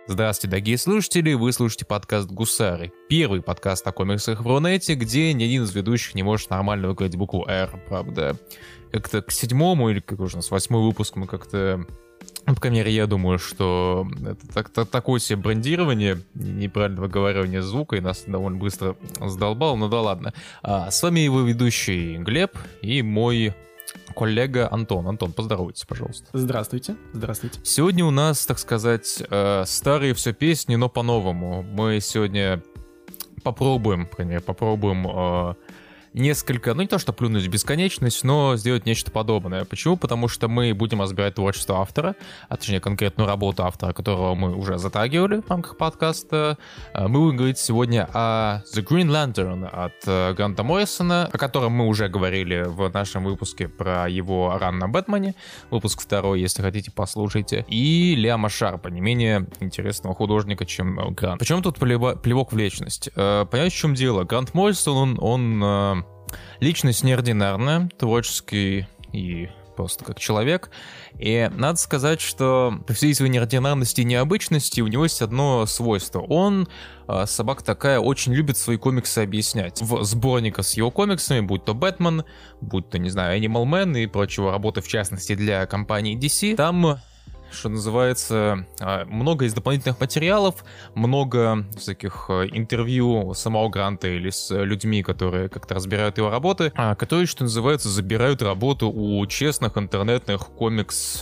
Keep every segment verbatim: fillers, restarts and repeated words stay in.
Здравствуйте, дорогие слушатели, вы слушаете подкаст «Гусары». Первый подкаст о комиксах в Рунете, где ни один из ведущих не может нормально выговорить букву «Р», правда. Как-то к седьмому или как уже у нас восьмой выпуск мы как-то... Ну, по крайней мере, я думаю, что это так, так, такое себе брендирование, неправильное выговаривание звука, и нас довольно быстро сдолбало, ну да ладно. А, с вами его ведущий Глеб и мой... коллега Антон. Антон, поздоровайтесь, пожалуйста. Здравствуйте. Здравствуйте. Сегодня у нас, так сказать, старые все песни, но по-новому. Мы сегодня попробуем, по крайней мере, попробуем несколько, ну не то что плюнуть в бесконечность, но сделать нечто подобное. Почему? Потому что мы будем разбирать творчество автора, а точнее конкретную работу автора, которого мы уже затрагивали в рамках подкаста. Мы будем говорить сегодня о The Green Lantern от Гранта Моррисона, о котором мы уже говорили в нашем выпуске про его ран на Бэтмене. Выпуск второй, если хотите, послушайте. И Лиама Шарпа, не менее интересного художника, чем Грант. Причем тут плевок в вечность? Понимаете, в чем дело? Грант Моррисон, он... он личность неординарная, творческий и просто как человек. И надо сказать, что при всей своей неординарности и необычности у него есть одно свойство. Он, собака такая, очень любит свои комиксы объяснять. В сборниках с его комиксами, будь то Бэтмен, будь то, не знаю, Animal Man и прочего работы, в частности, для компании ди си, там... что называется, много из дополнительных материалов, много всяких интервью самого Гранта или с людьми, которые как-то разбирают его работы, которые, что называется, забирают работу у честных интернетных комикс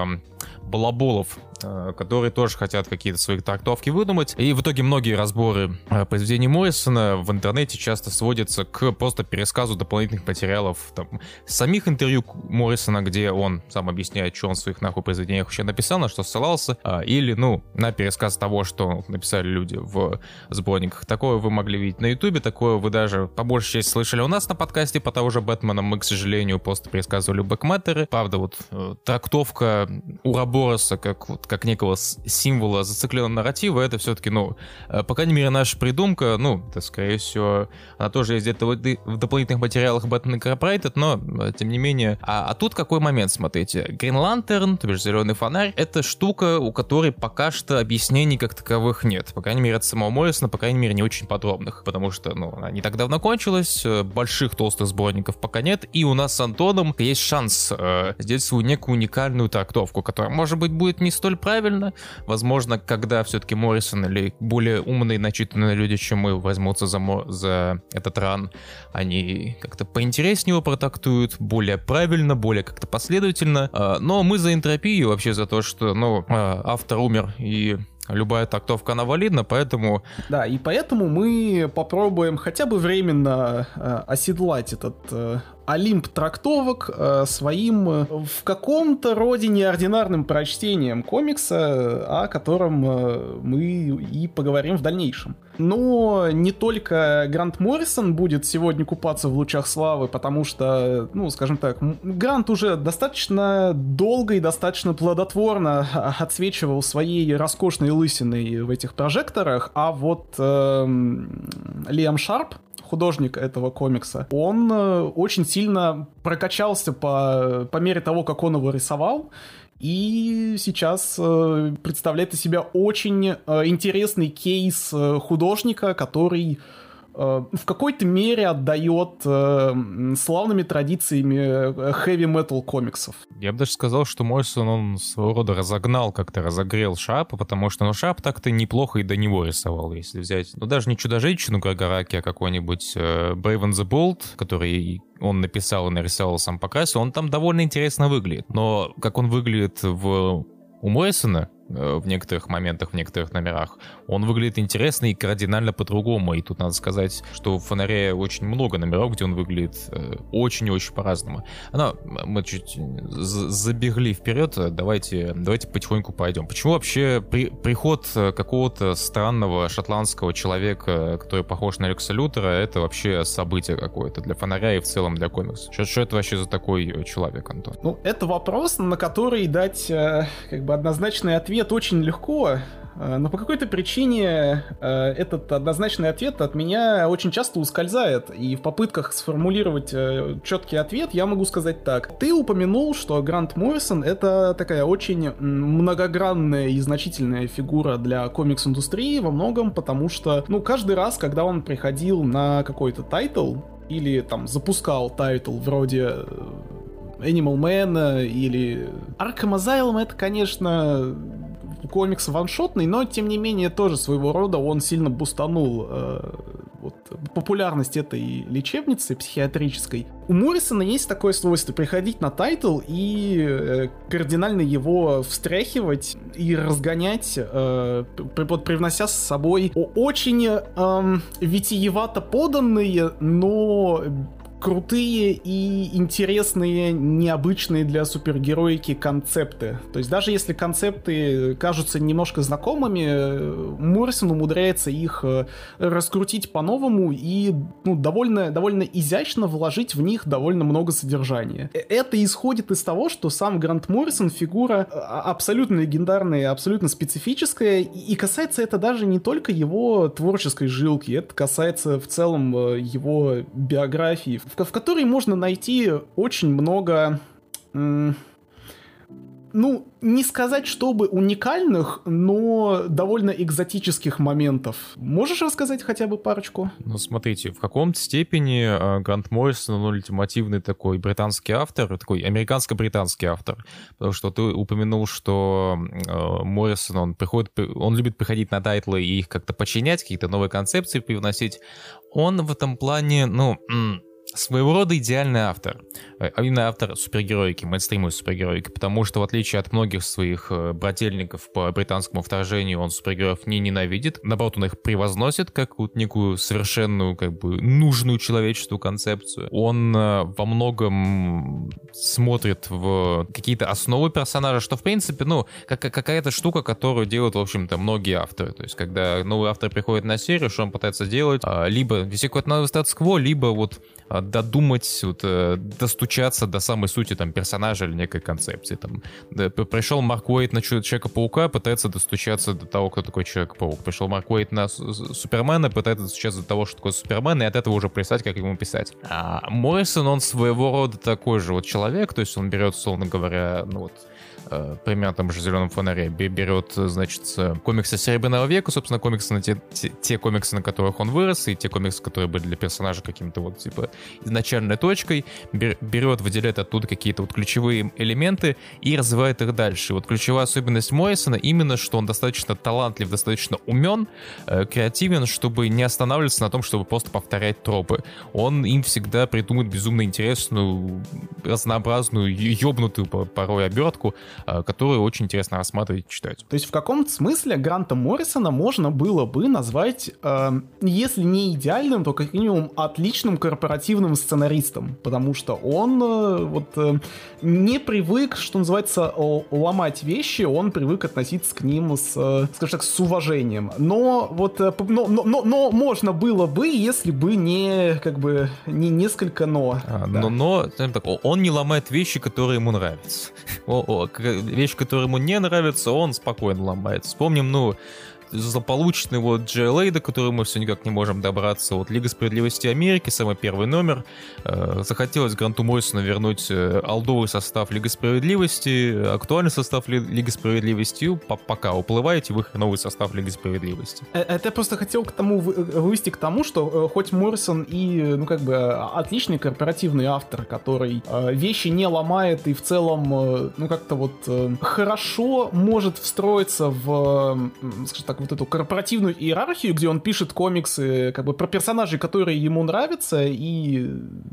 балаболов, которые тоже хотят какие-то свои трактовки выдумать. И в итоге многие разборы произведений Моррисона в интернете часто сводятся к просто пересказу дополнительных материалов там, самих интервью Моррисона, где он сам объясняет, что он в своих нахуй произведениях вообще написал, на что ссылался, или, ну, на пересказ того, что написали люди в сборниках. Такое вы могли видеть на Ютубе, такое вы даже по большей части слышали у нас на подкасте по того же Бэтмена. Мы, к сожалению, просто пересказывали бэкмэттеры. Правда, вот трактовка Урабороса как вот как некого символа зацикленного нарратива, это все-таки, ну, по крайней мере, наша придумка, ну, это, скорее всего, она тоже есть где-то в дополнительных материалах Batman Incorporated, но, тем не менее. А, а тут какой момент, смотрите. Green Lantern, то бишь зеленый фонарь, это штука, у которой пока что объяснений как таковых нет. По крайней мере, от самого Моррисона, по крайней мере, не очень подробных, потому что, ну, она не так давно кончилась, больших толстых сборников пока нет, и у нас с Антоном есть шанс э, сделать свою некую уникальную трактовку, которая, может быть, будет не столь правильно. Возможно, когда все-таки Моррисон или более умные, начитанные люди, чем мы, возьмутся за, за этот ран, они как-то поинтереснее его протактуют, более правильно, более как-то последовательно. Но мы за энтропию, вообще за то, что, ну, автор умер и... любая трактовка, она валидна, поэтому... Да, и поэтому мы попробуем хотя бы временно э, оседлать этот э, олимп трактовок э, своим э, в каком-то роде неординарным прочтением комикса, о котором э, мы и поговорим в дальнейшем. Но не только Грант Моррисон будет сегодня купаться в лучах славы, потому что, ну, скажем так, Грант уже достаточно долго и достаточно плодотворно отсвечивал своей роскошной лысиной в этих прожекторах, а вот э, Лиам Шарп, художник этого комикса, он э, очень сильно прокачался по, по мере того, как он его рисовал, и сейчас э, представляет из себя очень э, интересный кейс э, художника, который э, в какой-то мере отдает э, славными традициями хэви-метал комиксов. Я бы даже сказал, что Моррисон, он своего рода разогнал, как-то разогрел Шарпа, потому что, ну, Шарп так-то неплохо и до него рисовал, если взять, ну, даже не Чудо-женщину Гагараки, а какой-нибудь э, Brave and the Bold, который он написал и нарисовал, сам покрасил, он там довольно интересно выглядит. Но как он выглядит в... у Моррисона, в некоторых моментах, в некоторых номерах, он выглядит интересно и кардинально по-другому. И тут надо сказать, что в «Фонаре» очень много номеров, где он выглядит очень-очень по-разному. Но мы чуть забегли вперед, давайте, давайте потихоньку пойдем. Почему вообще при, приход какого-то странного шотландского человека, который похож на Лекса Лютера, это вообще событие какое-то для «Фонаря» и в целом для комиксов? Что, что это вообще за такой человек, Антон? Ну, это вопрос, на который дать как бы однозначный ответ нет, очень легко. Но по какой-то причине этот однозначный ответ от меня очень часто ускользает. И в попытках сформулировать четкий ответ я могу сказать так. Ты упомянул, что Грант Моррисон — это такая очень многогранная и значительная фигура для комикс-индустрии во многом, потому что, ну, каждый раз, когда он приходил на какой-то тайтл или там запускал тайтл вроде Animal Man или Arkham Asylum, это, конечно, комикс ваншотный, но, тем не менее, тоже своего рода он сильно бустанул э, вот, популярность этой лечебницы психиатрической. У Моррисона есть такое свойство — приходить на тайтл и э, кардинально его встряхивать и разгонять, э, при, привнося с собой очень э, витиевато поданные, но крутые и интересные, необычные для супергероики концепты. То есть даже если концепты кажутся немножко знакомыми, Моррисон умудряется их раскрутить по-новому и ну, довольно, довольно изящно вложить в них довольно много содержания. Это исходит из того, что сам Грант Моррисон фигура абсолютно легендарная, абсолютно специфическая, и касается это даже не только его творческой жилки, это касается в целом его биографии, в, в которой можно найти очень много, м- ну, не сказать, чтобы уникальных, но довольно экзотических моментов. Можешь рассказать хотя бы парочку? Ну, смотрите, в каком-то степени э, Грант Моррисон, он ультимативный такой британский автор, такой американско-британский автор, потому что ты упомянул, что э, Моррисон, он приходит, он любит приходить на тайтлы и их как-то подчинять, какие-то новые концепции привносить. Он в этом плане, ну... своего рода идеальный автор, а именно автор супергероики, мейнстримовой супергероики, потому что в отличие от многих своих брательников по британскому вторжению, он супергероев не ненавидит, наоборот, он их превозносит как вот некую совершенную, как бы, нужную человечеству концепцию. Он во многом смотрит в какие-то основы персонажа, что, в принципе, ну, как, какая-то штука, которую делают, в общем-то, многие авторы. То есть, когда новый автор приходит на серию, что он пытается делать? Либо вести какой-то новый статус-кво, либо вот додумать, вот, достучаться до самой сути там персонажа или некой концепции. Там, да, пришел Марк Уэйд на Человека-паука, пытается достучаться до того, кто такой Человек-паук. Пришел Марк Уэйд на Супермена, пытается достучаться до того, что такое Супермен, и от этого уже писать, как ему писать. А Моррисон, он своего рода такой же вот человек, то есть он берет, условно говоря, ну вот, примерно там же в «Зеленом фонаре», берет, значит, комиксы Серебряного века, собственно, комиксы на те, те, те комиксы, на которых он вырос, и те комиксы, которые были для персонажа каким-то вот, типа, изначальной точкой, берет, выделяет оттуда какие-то вот ключевые элементы и развивает их дальше. Вот ключевая особенность Моррисона именно, что он достаточно талантлив, достаточно умен, э, креативен, чтобы не останавливаться на том, чтобы просто повторять тропы. Он им всегда придумает безумно интересную, разнообразную, ёбнутую порой обертку, которую очень интересно рассматривать и читать. То есть в каком-то смысле Гранта Моррисона можно было бы назвать, э, если не идеальным, то как минимум отличным корпоративным сценаристом, потому что он э, вот э, не привык, что называется, ломать вещи, он привык относиться к ним с, э, скажем так, с уважением. Но вот, э, но, но, но, но можно было бы, если бы не, как бы, не несколько но. А, да. Но, но так, он не ломает вещи, которые ему нравятся. О, о, вещь, которая ему не нравится, он спокойно ломает. Вспомним, ну, злополучный вот Джей Эл Эй, до которого мы все никак не можем добраться. Вот Лига Справедливости Америки, самый первый номер. Э, захотелось Гранту Моррисону вернуть э, олдовый состав Лиги Справедливости, актуальный состав Ли- Лиги Справедливости, и пока уплываете в их новый состав Лиги Справедливости. Это я просто хотел к тому вывести к тому, что э, хоть Моррисон и, ну, как бы, отличный корпоративный автор, который э, вещи не ломает и в целом, э, ну, как-то вот э, хорошо может встроиться в, э, скажем так, вот эту корпоративную иерархию, где он пишет комиксы как бы про персонажей, которые ему нравятся и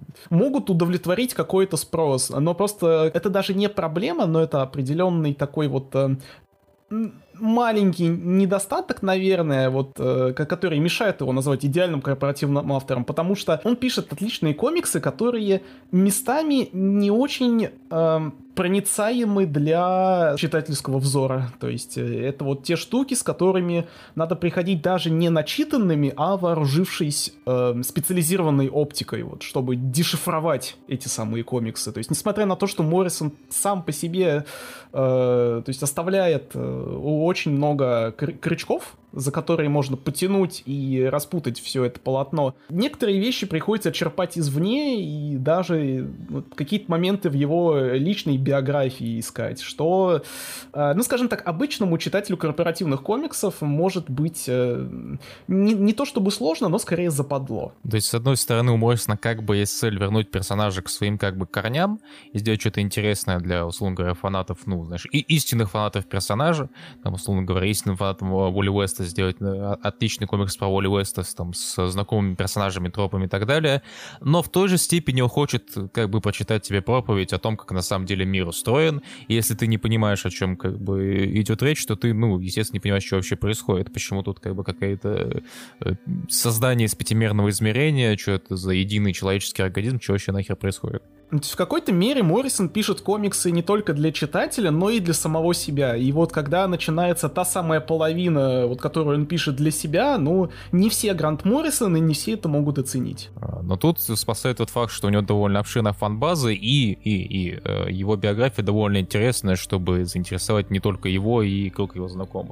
могут удовлетворить какой-то спрос. Но просто это даже не проблема, но это определенный такой вот... маленький недостаток, наверное, вот, э, который мешает его назвать идеальным корпоративным автором, потому что он пишет отличные комиксы, которые местами не очень э, проницаемы для читательского взора. То есть э, это вот те штуки, с которыми надо приходить даже не начитанными, а вооружившись э, специализированной оптикой, вот, чтобы дешифровать эти самые комиксы. То есть несмотря на то, что Моррисон сам по себе э, то есть оставляет э, очень много кры- крючков, за которые можно потянуть и распутать все это полотно. Некоторые вещи приходится черпать извне и даже вот, какие-то моменты в его личной биографии искать, что, э, ну, скажем так, обычному читателю корпоративных комиксов может быть э, не, не то чтобы сложно, но скорее западло. То есть, с одной стороны, у Моррисона как бы есть цель вернуть персонажа к своим как бы корням и сделать что-то интересное для, условно говоря, фанатов, ну, знаешь, и истинных фанатов персонажа, там, условно говоря, истинным фанатом Уолли Уэста сделать отличный комикс про Уолли Уэста с, там, с знакомыми персонажами, тропами и так далее, но в той же степени он хочет как бы прочитать тебе проповедь о том, как на самом деле мир устроен, и если ты не понимаешь, о чем как бы идет речь, то ты, ну, естественно, не понимаешь, что вообще происходит, почему тут как бы какое-то создание из пятимерного измерения, что это за единый человеческий организм, что вообще нахер происходит. В какой-то мере Моррисон пишет комиксы не только для читателя, но и для самого себя. И вот когда начинается та самая половина, вот, которую он пишет для себя, ну, не все Грант Моррисон и не все это могут оценить. Но тут спасает тот факт, что у него довольно обширная фан-база, и, и, и э, его биография довольно интересная, чтобы заинтересовать не только его и круг его знакомых.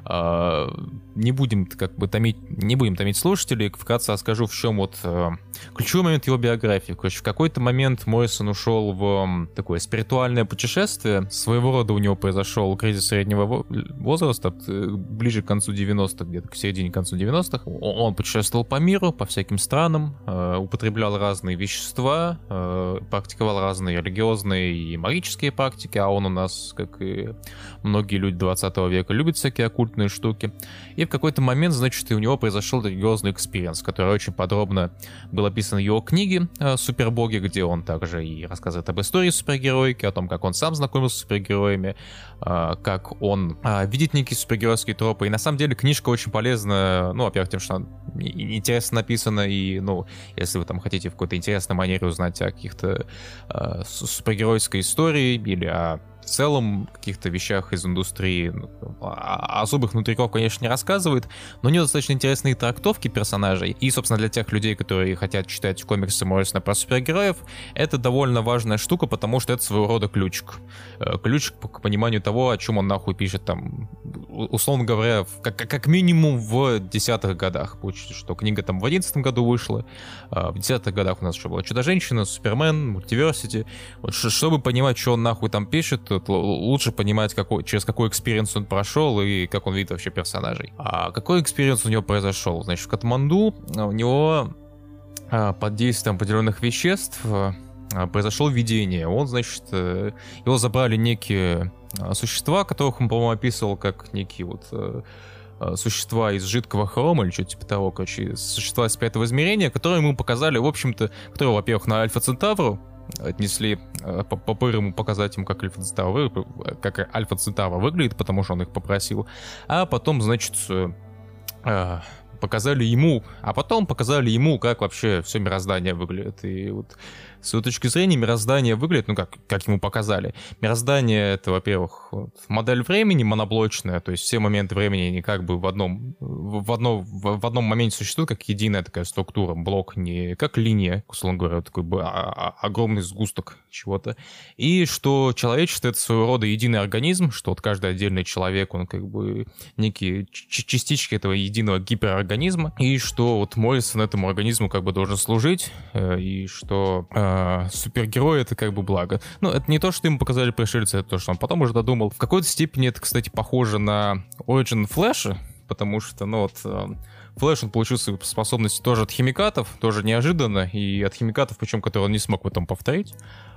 Э, не будем как бы томить, не будем томить слушателей, вкратце скажу, в чем вот э, ключевой момент его биографии. Короче, в какой-то момент Моррисон ушел в такое спиритуальное путешествие. Своего рода у него произошел кризис среднего возраста, ближе к концу девяностых, где-то к середине, к концу девяностых. Он путешествовал по миру, по всяким странам, употреблял разные вещества, практиковал разные религиозные и магические практики, а он у нас, как и многие люди двадцатого века, любит всякие оккультные штуки. И в какой-то момент, значит, и у него произошел религиозный экспириенс, который очень подробно был описан в его книге «Супербоги», где он также и рассказывает об истории супергероики, о том, как он сам знакомился с супергероями, как он видит некие супергеройские тропы. И на самом деле книжка очень полезна, ну, во-первых, тем, что она интересно написана, и, ну, если вы там хотите в какой-то интересной манере узнать о каких-то э, супергеройской истории или о в целом каких-то вещах из индустрии, ну, особых внутриков, конечно, не рассказывает, но у него достаточно интересные трактовки персонажей, и, собственно, для тех людей, которые хотят читать комиксы Моррисона про супергероев, это довольно важная штука, потому что это своего рода ключик. Ключик к пониманию того, о чем он нахуй пишет там, условно говоря, как, как минимум в десятых годах. Получится, что книга там в одиннадцатом году вышла, в десятых годах у нас еще была Чудо-женщина, Супермен, Мультиверсити. Вот, чтобы понимать, что он нахуй там пишет, лучше понимать, какой, через какой экспириенс он прошел и как он видит вообще персонажей. А какой экспириенс у него произошел? Значит, в Катманду у него под действием определенных веществ произошло видение. Он, значит, его забрали некие существа, которых он, по-моему, описывал как некие вот существа из жидкого хрома или что-то типа того, короче, существа из пятого измерения, которые ему показали, в общем-то, которые, во-первых, на Альфа Центавру отнесли, попыры ему показать ему, как Альфа Центавра, как Альфа Центавра выглядит, потому что он их попросил, а потом, значит, показали ему, а потом показали ему, как вообще все мироздание выглядит. И вот с его точки зрения мироздание выглядит, ну как, как ему показали. Мироздание — это, во-первых, вот, модель времени моноблочная, то есть все моменты времени они как бы в одном, в одном, в одном моменте существуют как единая такая структура, блок, не как линия, условно говоря, такой бы огромный сгусток чего-то. И что человечество — это своего рода единый организм, что вот каждый отдельный человек, он как бы некие частички этого единого гиперорганизма, и что вот Моррисон этому организму как бы должен служить, и что супергерой — это как бы благо. Ну, это не то, что ему показали пришельцы, это то, что он потом уже додумал. В какой-то степени это, кстати, похоже на Origin Flash, потому что, ну вот, Флэш, он получил свои способности тоже от химикатов, тоже неожиданно, и от химикатов, причем, которые он не смог потом повторить.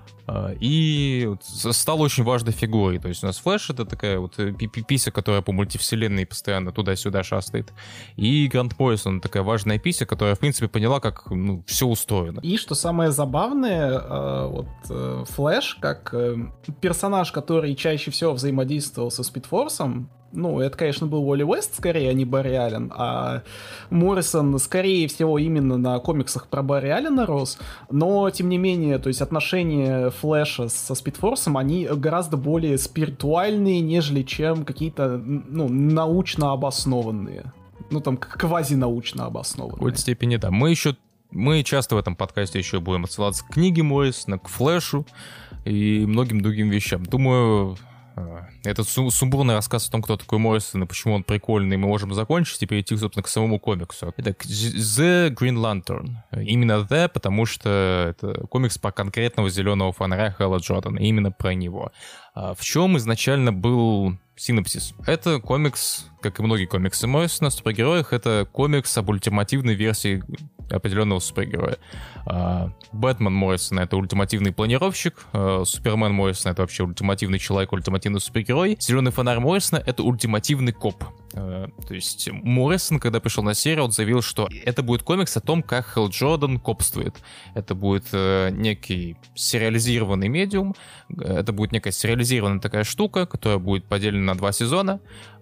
И стал очень важной фигурой. То есть у нас Флэш — это такая вот пися, которая по мультивселенной постоянно туда-сюда шастает. И Грант Моррисон — такая важная пися, которая, в принципе, поняла, как ну, все устроено. И что самое забавное, вот Флэш, как персонаж, который чаще всего взаимодействовал со Спидфорсом, ну, это, конечно, был Уолли Уэст скорее, а не Барри Аллен, а Моррисон, скорее всего, именно на комиксах про Барри Аллена рос, но, тем не менее, то есть отношения Флэша со Спидфорсом, они гораздо более спиритуальные, нежели чем какие-то, ну, научно обоснованные. Ну, там, квазинаучно обоснованные. В какой-то степени, да. Мы еще, мы часто в этом подкасте еще будем отсылаться к книге Моррисона, к Флэшу и многим другим вещам. Думаю... Этот сумбурный рассказ о том, кто такой Моррисон и почему он прикольный, мы можем закончить и перейти, собственно, к самому комиксу. Это The Green Lantern. Именно The, потому что это комикс про конкретного зеленого фонаря Хэлла Джордана. Именно про него. В чем изначально был синопсис? Это комикс, как и многие комиксы Моррисона о супергероях, это комикс об ультимативной версии определенного супергероя. Бэтмен Моррисона — это ультимативный планировщик, Супермен Моррисона — это вообще ультимативный человек, ультимативный супергерой. Зеленый фонарь Моррисона — это ультимативный коп. То есть Моррисон, когда пришел на серию, он заявил, что это будет комикс о том, как Хэл Джордан копствует. Это будет некий сериализированный медиум, это будет некая сериализированная такая штука, которая будет поделена на два сезона,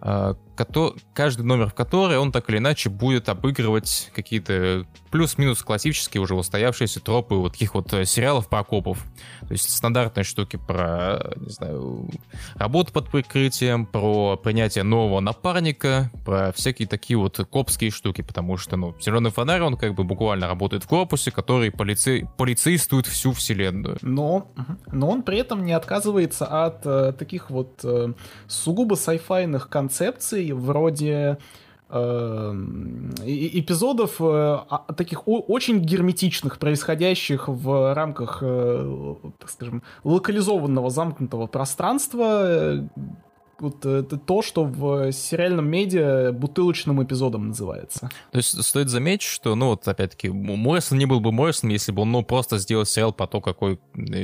каждый номер в который он так или иначе будет обыгрывать какие-то плюс-минус классические уже устоявшиеся тропы вот таких вот сериалов про копов. То есть стандартные штуки про, не знаю, работу под прикрытием, про принятие нового напарника, про всякие такие вот копские штуки, потому что, ну, зеленый фонарь, он как бы буквально работает в корпусе, который полицей, полицействует всю вселенную. Но, но он при этом не отказывается от э, таких вот э, сугубо сайфайных концепций, вроде эпизодов таких очень герметичных, происходящих в рамках, так скажем, локализованного замкнутого пространства. Вот это то, что в сериальном медиа бутылочным эпизодом называется. То есть стоит заметить, что, ну вот опять-таки, Моррисон не был бы Моррисоном, если бы он, ну, просто сделал сериал по то, какой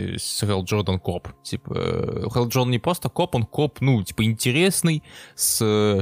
Хэл Джордан коп. Типа, Хэл Джордан не просто коп, он коп, ну, типа, интересный, с...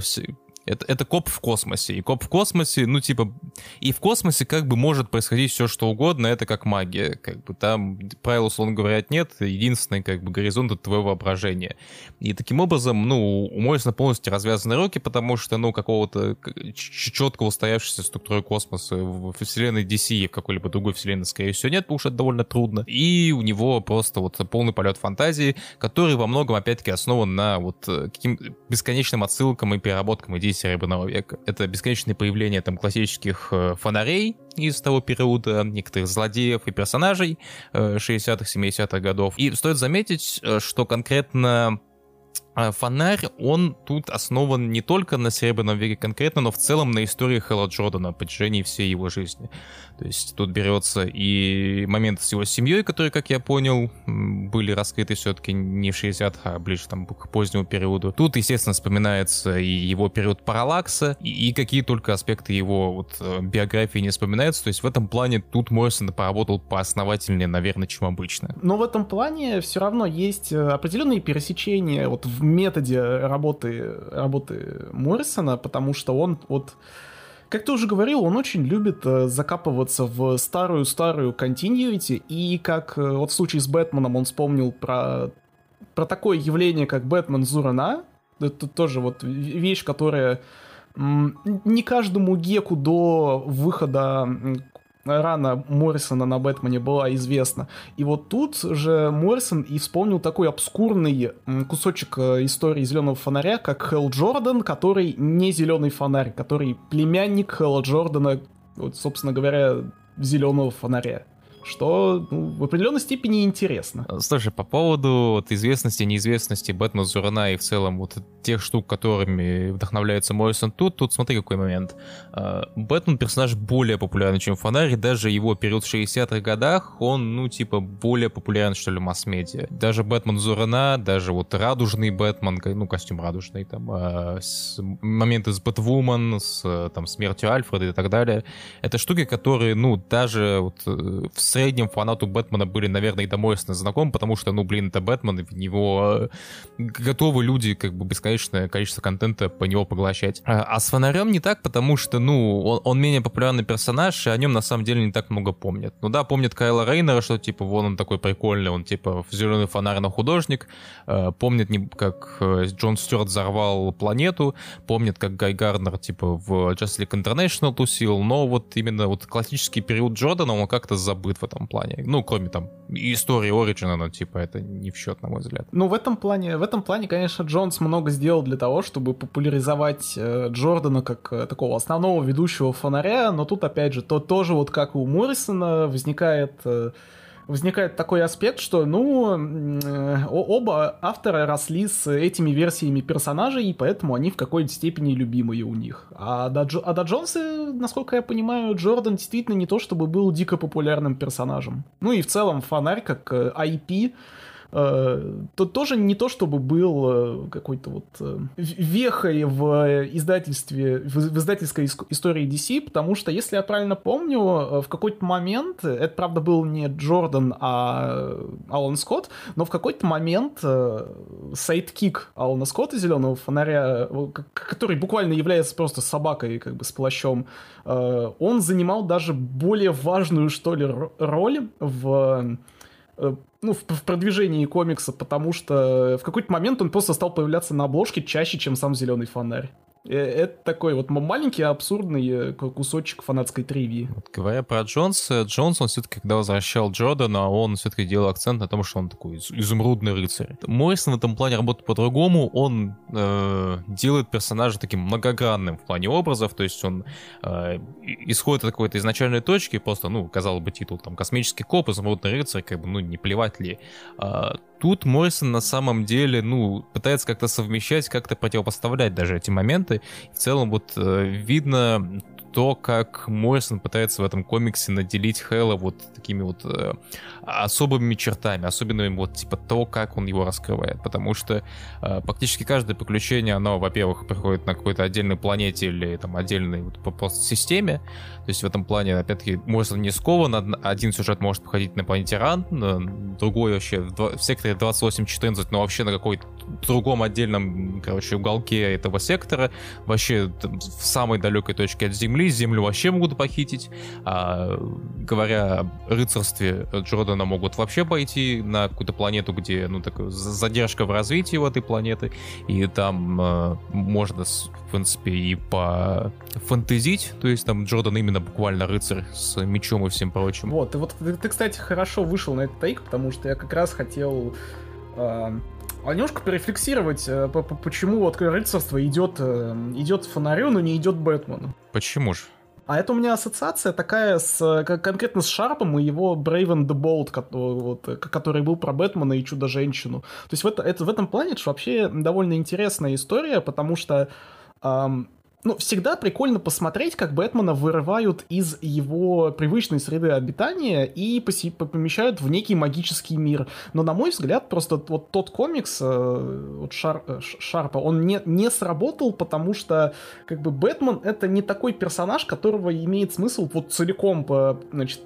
Это, это коп в космосе. И коп в космосе, ну, типа, и в космосе как бы может происходить все, что угодно, это как магия. Как бы там правил, условно говоря, нет, единственный, как бы, горизонт — это твое воображение. И таким образом, ну, у Моррисона полностью развязаны руки, потому что, ну, какого-то четко устоявшейся структуры космоса в вселенной ди си и в какой-либо другой вселенной, скорее всего, нет, потому что это довольно трудно. И у него просто вот полный полет фантазии, который во многом, опять-таки, основан на вот каким бесконечным отсылкам и переработкам идей Серебряного века. Это бесконечное появление там классических э, фонарей из того периода, некоторых злодеев и персонажей э, шестидесятых, семидесятых годов. И стоит заметить, э, что конкретно э, фонарь, он тут основан не только на Серебряном веке конкретно, но в целом на истории Хэлла Джордана на протяжении всей его жизни. То есть тут берется и моменты с его семьей, которые, как я понял, были раскрыты все-таки не в шестидесятых, а ближе там к позднему периоду. Тут, естественно, вспоминается и его период параллакса, и, и какие только аспекты его вот биографии не вспоминаются. То есть в этом плане тут Моррисон поработал поосновательнее, наверное, чем обычно. Но в этом плане все равно есть определенные пересечения вот в методе работы, работы Моррисона, потому что он вот... Как ты уже говорил, он очень любит э, закапываться в старую-старую continuity, и как э, вот в случае с Бэтменом он вспомнил про, про такое явление, как Бэтмен Зурана. Это тоже вот вещь, которая м, не каждому геку до выхода рана Моррисона на Бэтмене была известна. И вот тут же Моррисон и вспомнил такой обскурный кусочек истории Зеленого фонаря, как Хэл Джордан, который не Зеленый фонарь, который племянник Хэла Джордана, вот, собственно говоря, Зеленого фонаря. что ну, в определенной степени интересно. Слушай, по поводу вот, известности и неизвестности Бэтмена Зурана и в целом вот тех штук, которыми вдохновляется Моррисон тут, тут смотри какой момент. Бэтмен персонаж более популярный, чем Фонарь, и даже его период в шестидесятых годах, он, ну, типа, более популярен, что ли, в масс-медиа. Даже Бэтмен Зурана, даже вот радужный Бэтмен, ну, костюм радужный, там, с, моменты с Бэтвумен, с там, смертью Альфреда и так далее, это штуки, которые, ну, даже вот в среднем фанату Бэтмена были, наверное, и до Моррисона знакомы, потому что, ну, блин, это Бэтмен, и в него готовы люди, как бы, бесконечное количество контента по него поглощать. А, а с Фонарем не так, потому что, ну, он, он менее популярный персонаж, и о нем, на самом деле, не так много помнят. Ну да, помнят Кайла Рейнера, что, типа, вон он такой прикольный, он, типа, зеленый фонарь, но художник. Э, помнят, как Джон Стюарт взорвал планету, помнят, как Гай Гарднер, типа, в Justice League International тусил, но вот именно вот классический период Джордана, он как-то забыт в этом плане. Ну, кроме там истории Ориджина, но типа это не в счет, на мой взгляд. Ну, в этом плане, в этом плане, конечно, Джонс много сделал для того, чтобы популяризовать э, Джордана как э, такого основного ведущего Фонаря, но тут, опять же, то тоже вот как и у Моррисона возникает... Э, возникает такой аспект, что, ну, э, оба автора росли с этими версиями персонажей, и поэтому они в какой-то степени любимые у них. А до, Джо, а до Джонса, насколько я понимаю, Джордан действительно не то чтобы был дико популярным персонажем. Ну и в целом Фонарь как э, ай пи то тоже не то, чтобы был какой-то вот вехой в издательстве, в издательской истории ди си, потому что, если я правильно помню, в какой-то момент, это, правда, был не Джордан, а Алан Скотт, но в какой-то момент сайдкик Алана Скотта, Зеленого Фонаря, который буквально является просто собакой как бы с плащом, он занимал даже более важную, что ли, роль в... ну, в, в продвижении комикса, потому что в какой-то момент он просто стал появляться на обложке чаще, чем сам Зеленый Фонарь. Это такой вот маленький абсурдный кусочек фанатской тривии. Вот, говоря про Джонса, Джонс, он все-таки, когда возвращал Джордана, он все-таки делал акцент на том, что он такой изумрудный рыцарь. Моррисон в этом плане работает по-другому, он э, делает персонажа таким многогранным в плане образов, то есть он э, исходит от какой-то изначальной точки, просто, ну, казалось бы, титул там «Космический коп», «Изумрудный рыцарь», как бы, ну, не плевать ли. А, тут Моррисон на самом деле, ну, пытается как-то совмещать, как-то противопоставлять даже эти моменты. В целом вот э, видно то, как Моррисон пытается в этом комиксе наделить Хэлла вот такими вот э, особыми чертами, особенными вот типа то, как он его раскрывает, потому что э, практически каждое приключение, оно, во-первых, приходит на какой-то отдельной планете или там отдельной вот, просто системе, то есть в этом плане, опять-таки, Моррисон не скован, один сюжет может походить на планете Ран, другой вообще в, в секторе двадцать восемь четырнадцать, но вообще на какой-то другом отдельном, короче, уголке этого сектора, вообще там, в самой далекой точке от Земли, Землю вообще могут похитить, а, говоря о рыцарстве Джордана, могут вообще пойти на какую-то планету, где, ну, такая задержка в развитии у этой планеты, и там а, можно, в принципе, и пофантазить, то есть там Джордан именно буквально рыцарь с мечом и всем прочим. Вот, и вот ты, ты кстати, хорошо вышел на этот тейк, потому что я как раз хотел... Э... А немножко порефлексировать, почему вот рыцарство идет, идет Фонарю, но не идет Бэтмену. Почему же? А это у меня ассоциация такая с, конкретно с Шарпом и его Brave and the Bold, который, вот, который был про Бэтмена и Чудо-женщину. То есть в, это, это, в этом плане это вообще довольно интересная история, потому что... Эм, Ну, всегда прикольно посмотреть, как Бэтмена вырывают из его привычной среды обитания и помещают в некий магический мир. Но, на мой взгляд, просто вот тот комикс вот Шар, Шарпа, он не, не сработал, потому что как бы Бэтмен — это не такой персонаж, которого имеет смысл вот целиком, значит,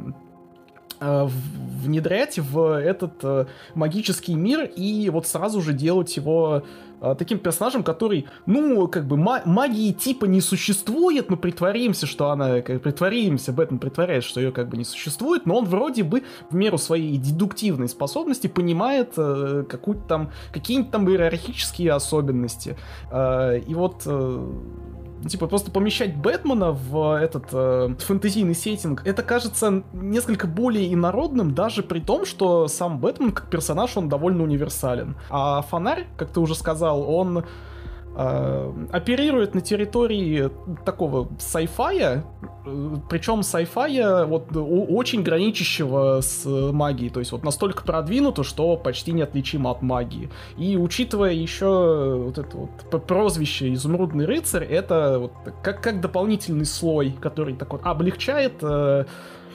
внедрять в этот магический мир и вот сразу же делать его таким персонажем, который, ну, как бы магии типа не существует, но притворимся, что она, как, притворимся, Бэтмен притворяется, что ее как бы не существует, но он вроде бы в меру своей дедуктивной способности понимает э, какую-то там, какие-нибудь там иерархические особенности. Э, и вот... Э, типа, просто помещать Бэтмена в этот э, фэнтезийный сеттинг, это кажется несколько более инородным, даже при том, что сам Бэтмен как персонаж, он довольно универсален. А Фонарь, как ты уже сказал, он оперирует на территории такого сайфая, причем сайфая вот очень граничащего с магией, то есть вот настолько продвинуто, что почти неотличимо от магии. И учитывая еще вот это вот прозвище «Изумрудный рыцарь», это вот как, как дополнительный слой, который такой облегчает э,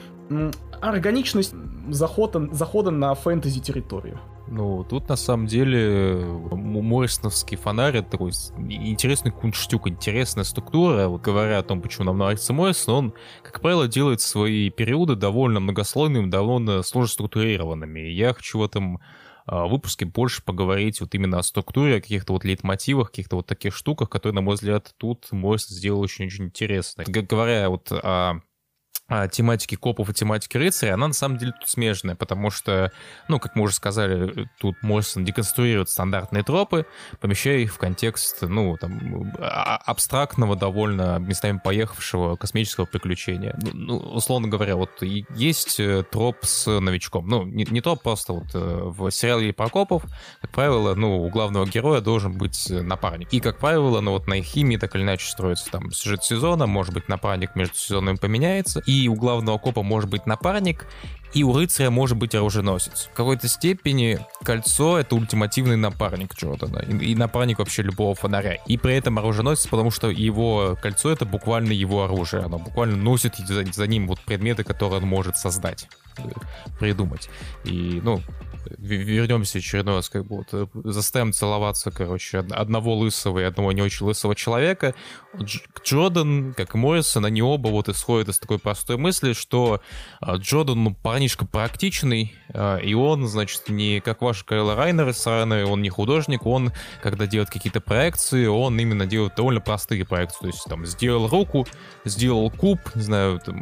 органичность захода, захода на фэнтези-территорию. Ну, тут на самом деле моррисоновский фонарь — это такой интересный кунштюк, интересная структура. Вот говоря о том, почему нам нравится Моррисон, он, как правило, делает свои периоды довольно многослойными, довольно сложно структурированными. И я хочу в этом выпуске больше поговорить вот именно о структуре, о каких-то вот лейтмотивах, каких-то вот таких штуках, которые, на мой взгляд, тут Моррисон сделал очень-очень интересно. Говоря вот о тематики копов и тематики рыцаря, она на самом деле тут смежная, потому что, ну, как мы уже сказали, тут Моррисон деконструирует стандартные тропы, помещая их в контекст, ну, там, абстрактного, довольно местами поехавшего космического приключения. Ну, условно говоря, вот есть троп с новичком. Ну, не, не троп, просто вот в сериале про копов, как правило, ну, у главного героя должен быть напарник. И, как правило, ну, вот на их химии так или иначе строится там сюжет сезона, может быть, напарник между сезонами поменяется, и у главного копа может быть напарник, и у рыцаря может быть оруженосец. В какой-то степени кольцо — это ультимативный напарник Джордана, и, и напарник вообще любого фонаря. И при этом оруженосец, потому что его кольцо — это буквально его оружие, оно буквально носит за, за ним вот предметы, которые он может создать, придумать. И, ну, вернемся очередной раз, как бы вот заставим целоваться, короче, одного лысого и одного не очень лысого человека. Джордан, как и Моррисон, они оба вот исходят из такой простой мысли, что Джордан, ну, парнишка практичный, и он, значит, не как ваш Кайл Райнер из Райнера, он не художник, он, когда делает какие-то проекции, он именно делает довольно простые проекции, то есть там сделал руку, сделал куб, не знаю, там,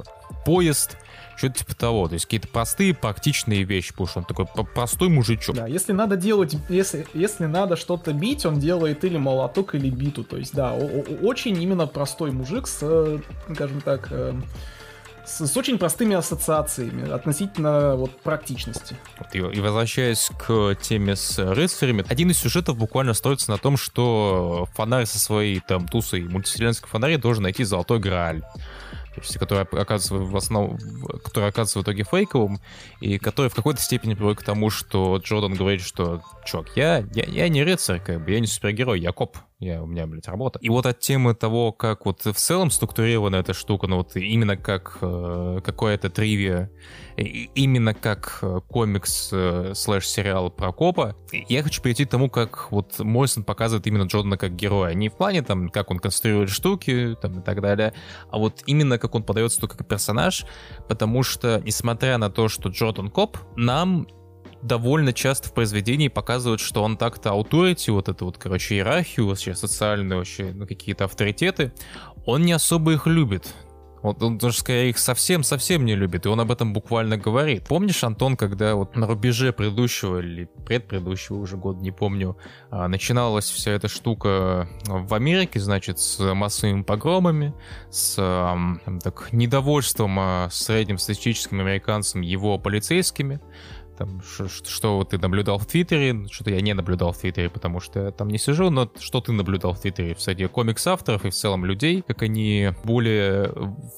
поезд, что-то типа того. То есть какие-то простые, практичные вещи, потому что он такой простой мужичок. Да, если надо делать, если, если надо что-то бить, он делает или молоток, или биту. То есть, да, очень именно простой мужик с, скажем так, с, с очень простыми ассоциациями относительно вот практичности. Вот, и, и возвращаясь к теме с рыцарями, один из сюжетов буквально строится на том, что фонарь со своей там тусой мультивселенской фонари должен найти золотой Грааль, который оказывается в основном, который оказывается в итоге фейковым, и который в какой-то степени приводит к тому, что Джордан говорит, что, чувак, я, я, я не рыцарь, как бы, я не супергерой, я коп, я, у меня, блядь, работа. И вот от темы того, как вот в целом структурирована эта штука, ну вот именно как э, какая-то тривия, именно как комикс э, слэш-сериал про копа, я хочу перейти к тому, как вот Моррисон показывает именно Джордана как героя. Не в плане, там, как он конструирует штуки, там, и так далее, а вот именно как он подается только как персонаж, потому что, несмотря на то, что Джордан коп, нам довольно часто в произведении показывают, что он так-то authority, вот эту вот, короче, иерархию, вообще социальные, вообще, ну, какие-то авторитеты, он не особо их любит. Он, он даже, скорее, их совсем-совсем не любит, и он об этом буквально говорит. Помнишь, Антон, когда вот на рубеже предыдущего или предпредыдущего уже года, не помню, начиналась вся эта штука в Америке, значит, с массовыми погромами, с там, так, недовольством среднестатистическим американцам его полицейскими, там, что, что ты наблюдал в Твиттере, что-то я не наблюдал в Твиттере, потому что я там не сижу, но что ты наблюдал в Твиттере в среди комикс-авторов и в целом людей, как они более...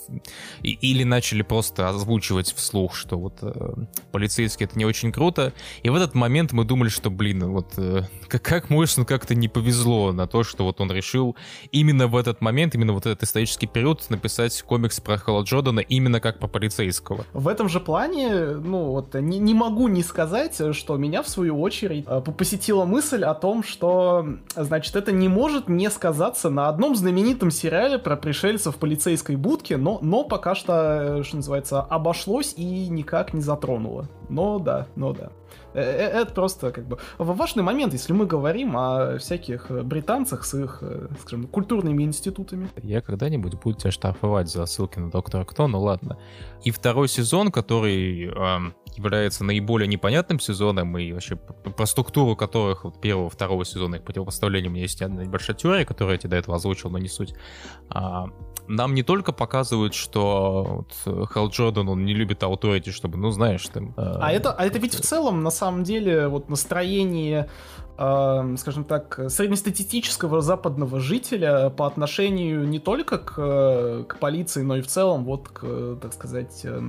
или начали просто озвучивать вслух, что вот э, полицейские — это не очень круто, и в этот момент мы думали, что, блин, вот э, как, как Моррисон как-то не повезло на то, что вот он решил именно в этот момент, именно вот этот исторический период написать комикс про Халла Джордана именно как про полицейского. В этом же плане, ну вот, не, не могу не сказать, что меня, в свою очередь, посетила мысль о том, что, значит, это не может не сказаться на одном знаменитом сериале про пришельцев в полицейской будке, но, но пока что, что называется, обошлось и никак не затронуло. Но да, но да. Это просто как бы важный момент, если мы говорим о всяких британцах с их, скажем, культурными институтами. Я когда-нибудь буду тебя штрафовать за ссылки на Доктора Кто, ну ладно. И второй сезон, который э, является наиболее непонятным сезоном, и вообще про структуру которых вот первого, второго сезона их противопоставления у меня есть одна небольшая теория, которую я тебе до этого озвучил, но не суть. А, нам не только показывают, что вот Хал Джордан, он не любит authority, чтобы, ну, знаешь, там... Э, а, это, а это ведь в целом, на самом деле, вот настроение, э, скажем так, среднестатистического западного жителя по отношению не только к, к полиции, но и в целом, вот, к, так сказать... Э,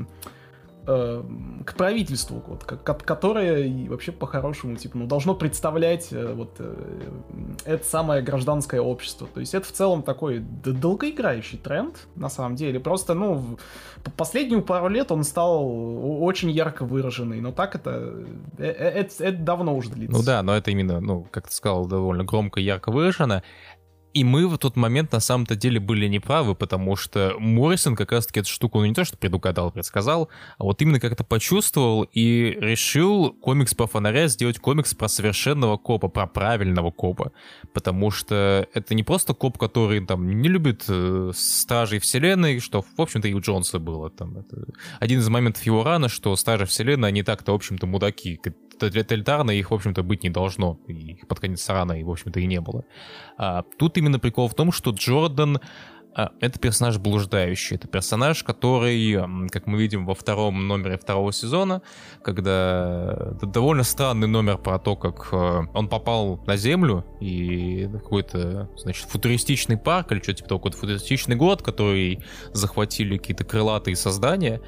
к правительству, вот, которое и вообще по-хорошему типа, ну, должно представлять вот, это самое гражданское общество. То есть это в целом такой долгоиграющий тренд, на самом деле. Просто, ну, последнюю пару лет он стал очень ярко выраженный, но так это, это, это давно уже длится. Ну да, но это именно, ну, как ты сказал, довольно громко и ярко выражено. И мы в тот момент на самом-то деле были неправы, потому что Моррисон как раз-таки эту штуку ну, не то что предугадал, предсказал, а вот именно как-то почувствовал и решил комикс про фонаря сделать комикс про совершенного копа, про правильного копа. Потому что это не просто коп, который там не любит э, стражей вселенной, что, в общем-то, и у Джонса было. Там, это один из моментов его рана, что стражи вселенной, они так-то, в общем-то, мудаки. Тоталитарно их, в общем-то, быть не должно. И их под конец рана, и, в общем-то, и не было. А, тут именно прикол в том, что Джордан а, — это персонаж блуждающий. Это персонаж, который, как мы видим во втором номере второго сезона, когда... Это довольно странный номер про то, как а, он попал на Землю, и какой-то, значит, футуристичный парк, или что-то типа того, какой-то футуристичный город, который захватили какие-то крылатые создания,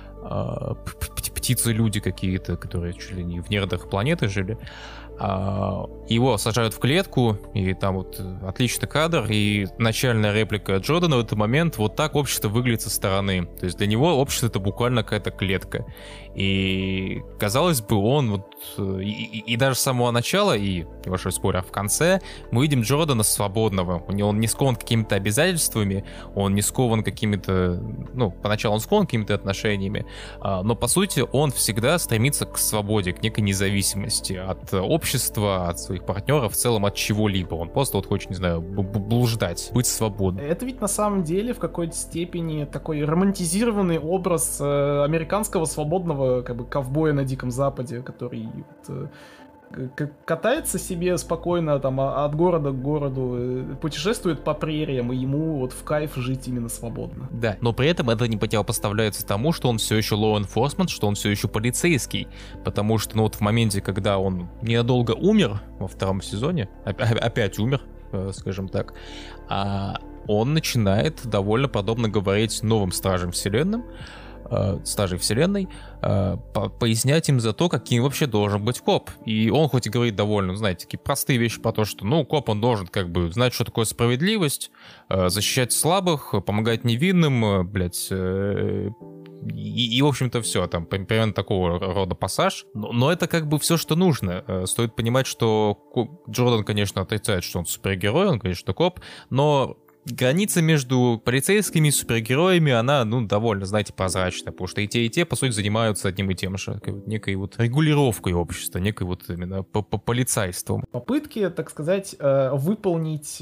птицы-люди какие-то, которые чуть ли не в недрах планеты жили. Его сажают в клетку, и там вот отличный кадр, и начальная реплика Джордана в этот момент: вот так общество выглядит со стороны. То есть для него общество — это буквально какая-то клетка. И, казалось бы, он вот... И, и, и даже с самого начала, и, небольшой спойлер, в конце, мы видим Джордана свободного. У него он не скован какими-то обязательствами, он не скован какими-то... Ну, поначалу он скован какими-то отношениями, но, по сути, он всегда стремится к свободе, к некой независимости от общества, от своих партнеров, в целом от чего-либо. Он просто вот хочет, не знаю, блуждать, быть свободным. Это ведь на самом деле в какой-то степени такой романтизированный образ э, американского свободного как бы ковбоя на Диком Западе, который вот, э, катается себе спокойно там от города к городу, э, путешествует по прериям, и ему вот в кайф жить именно свободно. Да, но при этом это не противопоставляется тому, что он все еще law enforcement, что он все еще полицейский, потому что, ну вот в моменте, когда он ненадолго умер во втором сезоне, опять умер, скажем так, он начинает довольно подобно говорить новым стражам вселенным, стражей вселенной, по пояснять им за то, каким вообще должен быть коп. И он хоть и говорит довольно, знаете, такие простые вещи про то, что, ну, коп, он должен как бы знать, что такое справедливость, защищать слабых, помогать невинным, блядь, и, и, в общем-то, все, там, примерно такого рода пассаж. Но, но это как бы все, что нужно. Стоит понимать, что Джордан, конечно, отрицает, что он супергерой, он, конечно, коп, но граница между полицейскими и супергероями, она, ну, довольно, знаете, прозрачная, потому что и те, и те, по сути, занимаются одним и тем же, некой вот регулировкой общества, некой вот именно по полицайством. Попытки, так сказать, выполнить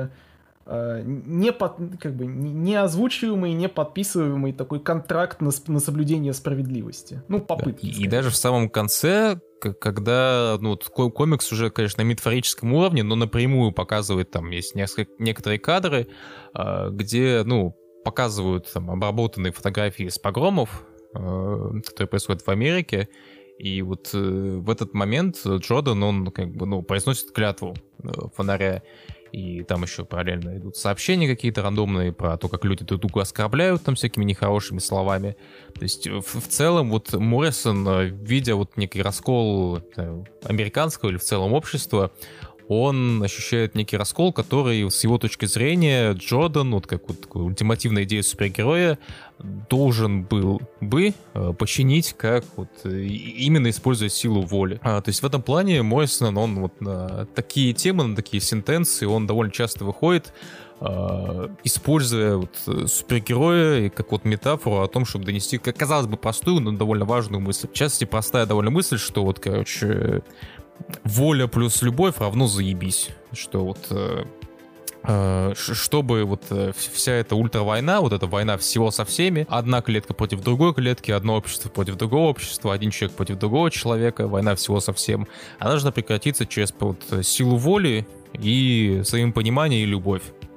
не, под, как бы, не озвучиваемый, не подписываемый такой контракт на, на соблюдение справедливости. Ну, попытки. Да. И даже в самом конце, когда, ну, комикс уже, конечно, на метафорическом уровне, но напрямую показывает, там есть несколько, некоторые кадры, где, ну, показывают там обработанные фотографии с погромов, которые происходят в Америке. И вот в этот момент Джордан, он как бы, ну, произносит клятву фонаря. И там еще параллельно идут сообщения какие-то рандомные про то, как люди друг друга оскорбляют там всякими нехорошими словами. То есть в, в целом вот Моррисон, видя вот некий раскол американского или в целом общества, он ощущает некий раскол, который с его точки зрения Джордан, вот как вот такая ультимативная идея супергероя, должен был бы э, починить, как вот именно используя силу воли. А, то есть в этом плане Моррисон, он вот на такие темы, на такие сентенции, он довольно часто выходит, э, используя вот супергероя как вот метафору о том, чтобы донести, как казалось бы, простую, но довольно важную мысль. В частности, простая довольно мысль, что вот, короче, воля плюс любовь равно заебись. Что вот э, э, чтобы вот э, вся эта ультравойна, вот эта война всего со всеми, одна клетка против другой клетки, одно общество против другого общества, один человек против другого человека, война всего со всем, она должна прекратиться через вот силу воли и взаимопонимание и любовь.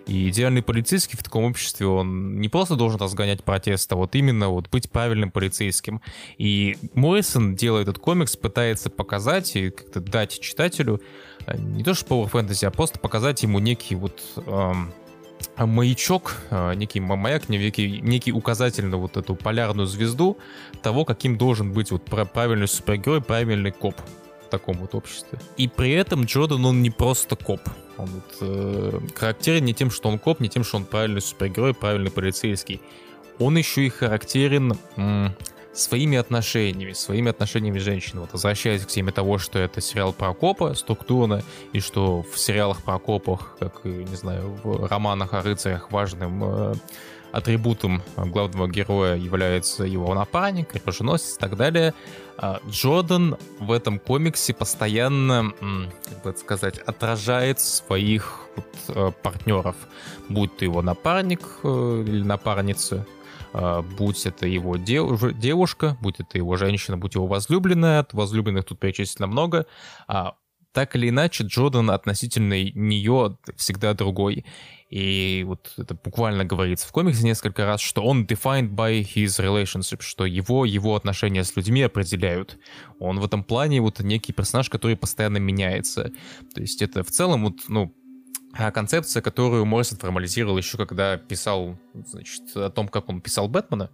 И идеальный полицейский в таком обществе, он не просто должен разгонять протест, а вот именно вот быть правильным полицейским. И Моррисон, делая этот комикс, пытается показать и как-то дать читателю не то что power fantasy, а просто показать ему некий вот эм, маячок, э, некий маяк, некий, некий указатель на вот эту полярную звезду того, каким должен быть вот правильный супергерой, правильный коп в таком вот обществе. И при этом Джордан, он не просто коп. Он вот, э, характерен не тем, что он коп, не тем, что он правильный супергерой, правильный полицейский. Он еще и характерен м- своими отношениями, своими отношениями с женщиной. Вот, возвращаясь к теме того, что это сериал про копа структурно, и что в сериалах про копах, как, не знаю, в романах о рыцарях важным э, атрибутом главного героя является его напарник, оруженосец и так далее, э, Джордан в этом комиксе постоянно, м, как бы это сказать, отражает своих вот, э, партнеров, будь то его напарник э, или напарница, будь это его девушка, будь это его женщина, будь его возлюбленная, от возлюбленных тут перечислено много, а так или иначе Джордан относительно нее всегда другой. И вот это буквально говорится в комиксе несколько раз, что он defined by his relationship, что его, его отношения с людьми определяют. Он в этом плане вот некий персонаж, который постоянно меняется. То есть это в целом вот, ну, концепция, которую Моррисон формализировал еще когда писал, значит, о том, как он писал Бэтмена,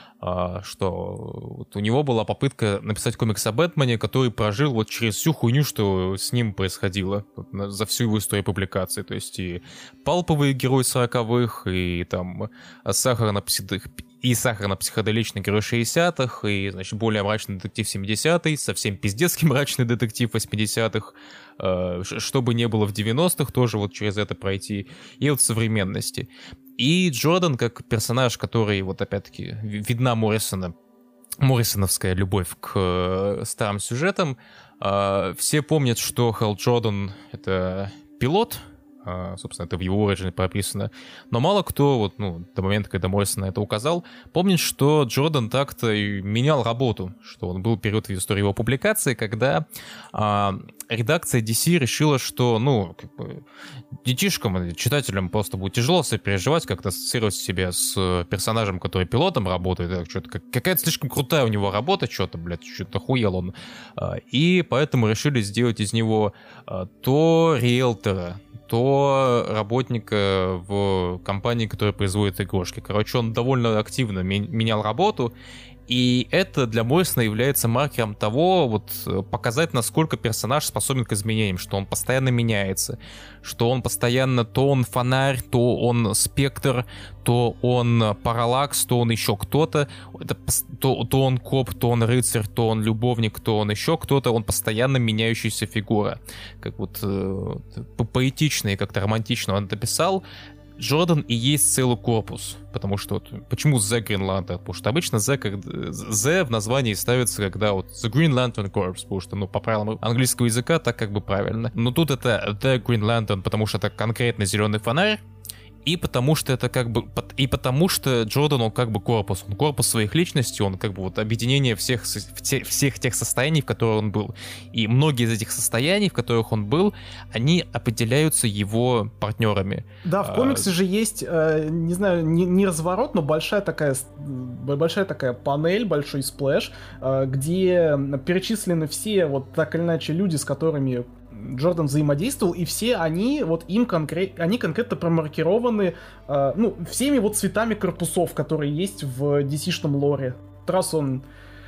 что вот у него была попытка написать комикс о Бэтмене, который прожил вот через всю хуйню, что с ним происходило за всю его историю публикации. То есть и палповый герой сороковых, и там сахарно-псих... и сахарно-психоделичный герой шестидесятых, и, значит, более мрачный детектив семидесятых, совсем пиздецкий мрачный детектив восьмидесятых, чтобы не было в девяностых, тоже вот через это пройти, и вот в современности. И Джордан, как персонаж, который, вот опять-таки, видна Моррисона, моррисоновская любовь к старым сюжетам, все помнят, что Хал Джордан — это пилот, собственно, это в его оригине прописано, но мало кто, вот, ну, до момента, когда Моррисон на это указал, помнит, что Джордан так-то и менял работу, что он был период в истории его публикации, когда а, редакция ди си решила, что, ну, как бы, детишкам, читателям просто будет тяжело сопереживать, как-то ассоциировать себя с персонажем, который пилотом работает, что-то, какая-то слишком крутая у него работа, что-то, блядь, что-то охуел он, и поэтому решили сделать из него то риэлтора, то работника в компании, которая производит игрушки. Короче, он довольно активно менял работу, и это для Моррисона является маркером того, вот, показать, насколько персонаж способен к изменениям, что он постоянно меняется, что он постоянно то он фонарь, то он спектр, то он параллакс, то он еще кто-то, это, то, то он коп, то он рыцарь, то он любовник, то он еще кто-то, он постоянно меняющаяся фигура. Как вот э, поэтично и как-то романтично он это писал. Джордан и есть целый корпус, потому что вот, почему The Green Lantern? Потому что обычно The, как, The в названии ставится, когда вот The Green Lantern Corps, потому что, ну, по правилам английского языка так как бы правильно. Но тут это The Green Lantern, потому что это конкретно зеленый фонарь, и потому что это как бы, и потому что Джордан, он как бы корпус, он корпус своих личностей, он как бы вот объединение всех, всех тех состояний, в которых он был. И многие из этих состояний, в которых он был, они определяются его партнерами. Да, в комиксе а... же есть, не знаю, не, не разворот, но большая такая, большая такая панель, большой сплэш, где перечислены все вот так или иначе люди, с которыми Джордан взаимодействовал, и все они, вот им конкрет, они конкретно промаркированы, э, ну, всеми вот цветами корпусов, которые есть в ди си-шном лоре. Раз он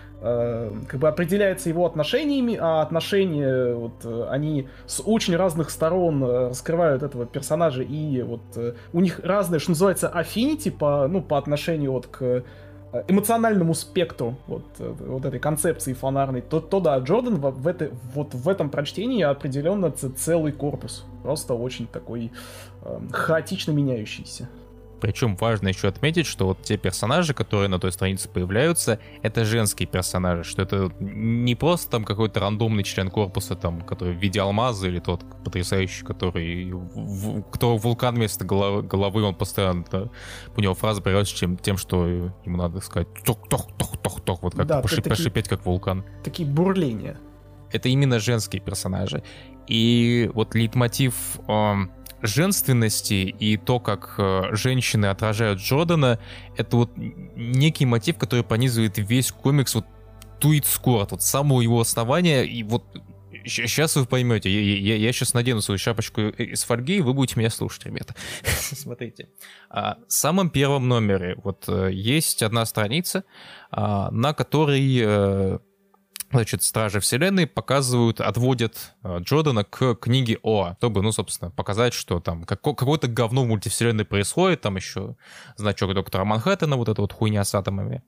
э, как бы определяется его отношениями, а отношения, вот, они с очень разных сторон раскрывают этого персонажа, и вот э, у них разные, что называется, affinity по, ну, по отношению вот к эмоциональному спектру вот, вот этой концепции фонарной, то, то да, Джордан в, в, этой, вот в этом прочтении определенно целый корпус. Просто очень такой э, хаотично меняющийся. Причем важно еще отметить, что вот те персонажи, которые на той странице появляются, это женские персонажи, что это не просто там какой-то рандомный член корпуса, там, который в виде алмаза, или тот потрясающий, который, в, кто вулкан вместо головы, головы, он постоянно, да, у него фраза прерывается чем, тем, что ему надо сказать тох-тох-тох-тох-тох, вот как да, пошип, такие, пошипеть, как вулкан. Такие бурления. Это именно женские персонажи. И вот лейтмотив... Э, женственности и то, как э, женщины отражают Джордана, это вот некий мотив, который пронизывает весь комикс, вот to its core, вот с самого его основания, и вот сейчас вы поймете, я, я, я сейчас надену свою шапочку из фольги, и вы будете меня слушать, ребята. Смотрите. В самом первом номере вот есть одна страница, на которой, значит, Стражи Вселенной показывают, отводят Джордана к книге О, чтобы, ну, собственно, показать, что там какое-то говно в мультивселенной происходит, там еще значок Доктора Манхэттена, вот эта вот хуйня с атомами.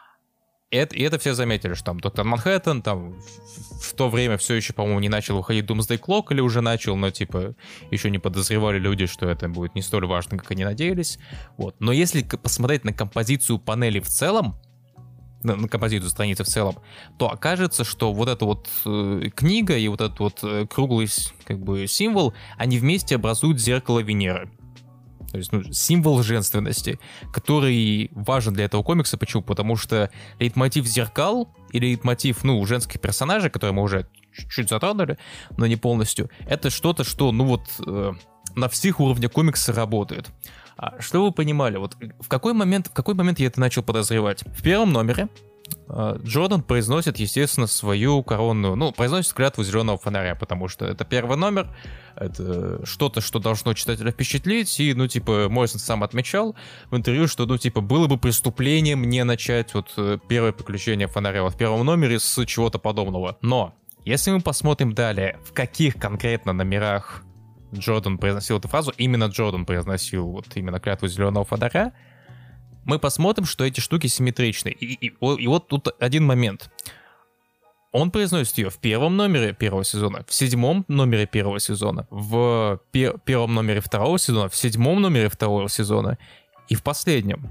Это, и это все заметили, что там Доктор Манхэттен там в, в то время все еще, по-моему, не начал выходить Doomsday Clock, или уже начал, но типа еще не подозревали люди, что это будет не столь важно, как они надеялись. Вот. Но если посмотреть на композицию панели в целом, на, на композицию страницы в целом, то окажется, что вот эта вот э, книга и вот этот вот э, круглый как бы символ, они вместе образуют зеркало Венеры. То есть, ну, символ женственности, который важен для этого комикса. Почему? Потому что лейтмотив зеркал и лейтмотив, ну, женских персонажей, которые мы уже чуть-чуть затронули, но не полностью, это что-то, что, ну, вот, э, на всех уровнях комикса работает. А что вы понимали? Вот в какой момент, в какой момент я это начал подозревать? В первом номере Джордан произносит, естественно, свою коронную, ну, произносит клятву зеленого фонаря, потому что это первый номер, это что-то, что должно читателя впечатлить, и, ну, типа, Моррисон сам отмечал в интервью, что, ну, типа, было бы преступлением не начать вот первое приключение фонаря вот в первом номере с чего-то подобного. Но, если мы посмотрим далее, в каких конкретно номерах Джордан произносил эту фразу, именно Джордан произносил вот именно клятву зеленого фонаря, мы посмотрим, что эти штуки симметричны. И, и, и вот тут один момент. Он произносит ее в первом номере первого сезона, в седьмом номере первого сезона, в пер- первом номере второго сезона, в седьмом номере второго сезона и в последнем.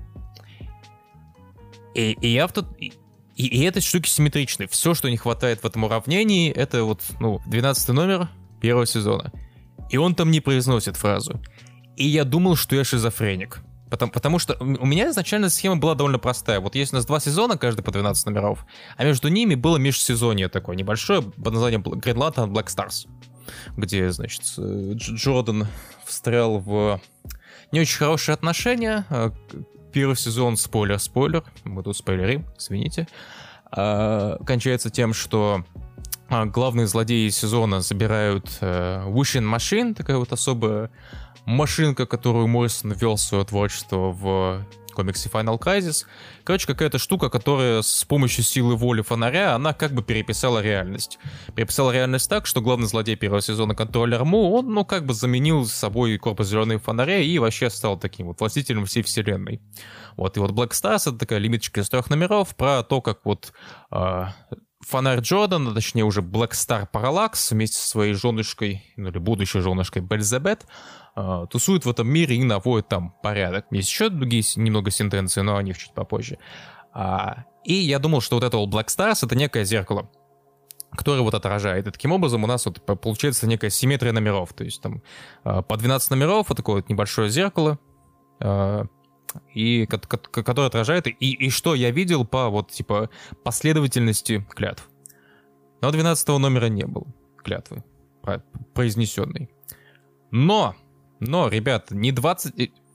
И, и я в тот... И, и эти штуки симметричны. Все, что не хватает в этом уравнении, это вот, ну, двенадцатый номер первого сезона. И он там не произносит фразу. И я думал, что я шизофреник. Потому, потому что у меня изначально схема была довольно простая. Вот есть у нас два сезона, каждый по двенадцать номеров, а между ними было межсезонье такое небольшое под названием Green Lantern Black Stars, где, значит, Джордан встрял в не очень хорошие отношения. Первый сезон, спойлер-спойлер, мы тут спойлерим, извините, кончается тем, что главные злодеи сезона забирают Wishing Machine, такая вот особая машинка, которую Моррисон ввел в свое творчество в комиксе Final Crisis. Короче, какая-то штука, которая с помощью силы воли фонаря, она как бы переписала реальность. Переписала реальность так, что главный злодей первого сезона, контроллер Му, он, ну, как бы заменил с собой корпус зеленых фонарей и вообще стал таким вот властителем всей вселенной. Вот, и вот Black Stars — это такая лимиточка из трех номеров про то, как вот э, фонарь Джордана, точнее уже Black Star Parallax вместе со своей женушкой, ну или будущей женушкой Бельзебет, Uh, тусует в этом мире и наводит там порядок. Есть еще другие немного сентенции, но о них чуть попозже. Uh, и я думал, что вот это вот Black Stars — это некое зеркало, которое вот отражает. И таким образом у нас вот получается некая симметрия номеров. То есть там uh, по двенадцать номеров вот такое вот небольшое зеркало, uh, и, которое отражает. И, и что я видел по вот типа последовательности клятв. Но двенадцатого номера не было клятвы произнесенной. Но... Но, ребят, не двадцать...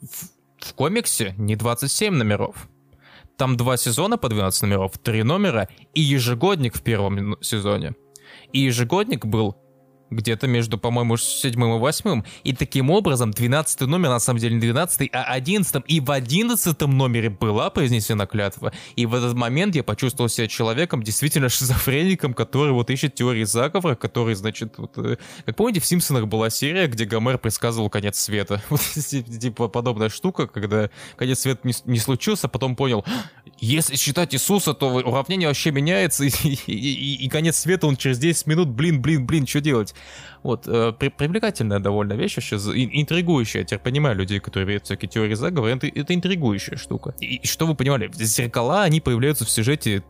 В, в комиксе не двадцать семь номеров. Там два сезона по двенадцать номеров, три номера и ежегодник в первом сезоне. И ежегодник был где-то между, по-моему, седьмым и восьмым. И таким образом двенадцатый номер, на самом деле не двенадцатый, а одиннадцатый. И в одиннадцатом номере была произнесена клятва. И в этот момент я почувствовал себя человеком, действительно шизофреником, который вот ищет теории заговора, который, значит, вот... Как помните, в «Симпсонах» была серия, где Гомер предсказывал конец света. Вот типа подобная штука, когда конец света не, не случился, потом понял, если считать Иисуса, то уравнение вообще меняется, и, и, и, и конец света он через десять минут, блин, блин, блин, что делать? Вот, э, при, привлекательная довольно вещь, вообще, интригующая. Я теперь понимаю людей, которые верят в всякие теории заговора, это, это интригующая штука. И, и что вы понимали, зеркала, они появляются в сюжете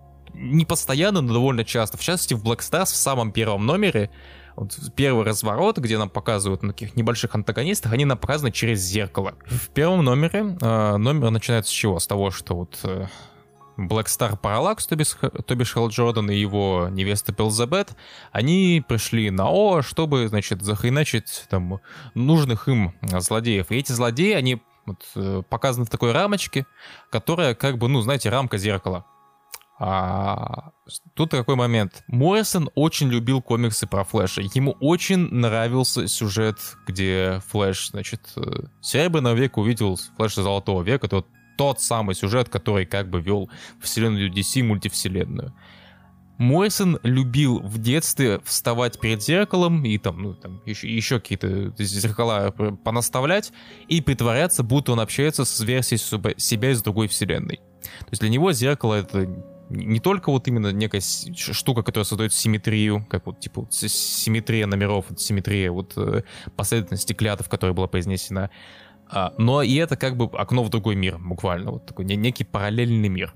не постоянно, но довольно часто. В частности, в Black Stars в самом первом номере, вот первый разворот, где нам показывают на таких небольших антагонистах, они нам показаны через зеркало. В первом номере э, номер начинается с чего? С того, что вот... Э, Black Star Parallax, то бишь, то бишь Хал Джордан и его невеста Белзебет, они пришли на О, чтобы, значит, захреначить там нужных им злодеев. И эти злодеи, они вот, показаны в такой рамочке, которая как бы, ну, знаете, рамка зеркала. А тут такой момент. Моррисон очень любил комиксы про Флэша. Ему очень нравился сюжет, где Флэш, значит, Серебряного века увидел Флэша Золотого века. Это вот тот самый сюжет, который как бы вел вселенную ди си, мультивселенную. Моррисон любил в детстве вставать перед зеркалом и там, ну, там еще, еще какие-то зеркала понаставлять и притворяться, будто он общается с версией себя из другой вселенной. То есть для него зеркало — это не только вот именно некая штука, которая создает симметрию, как вот типа вот симметрия номеров, симметрия вот последовательности клятв, которая была произнесена, но и это как бы окно в другой мир, буквально, вот такой некий параллельный мир.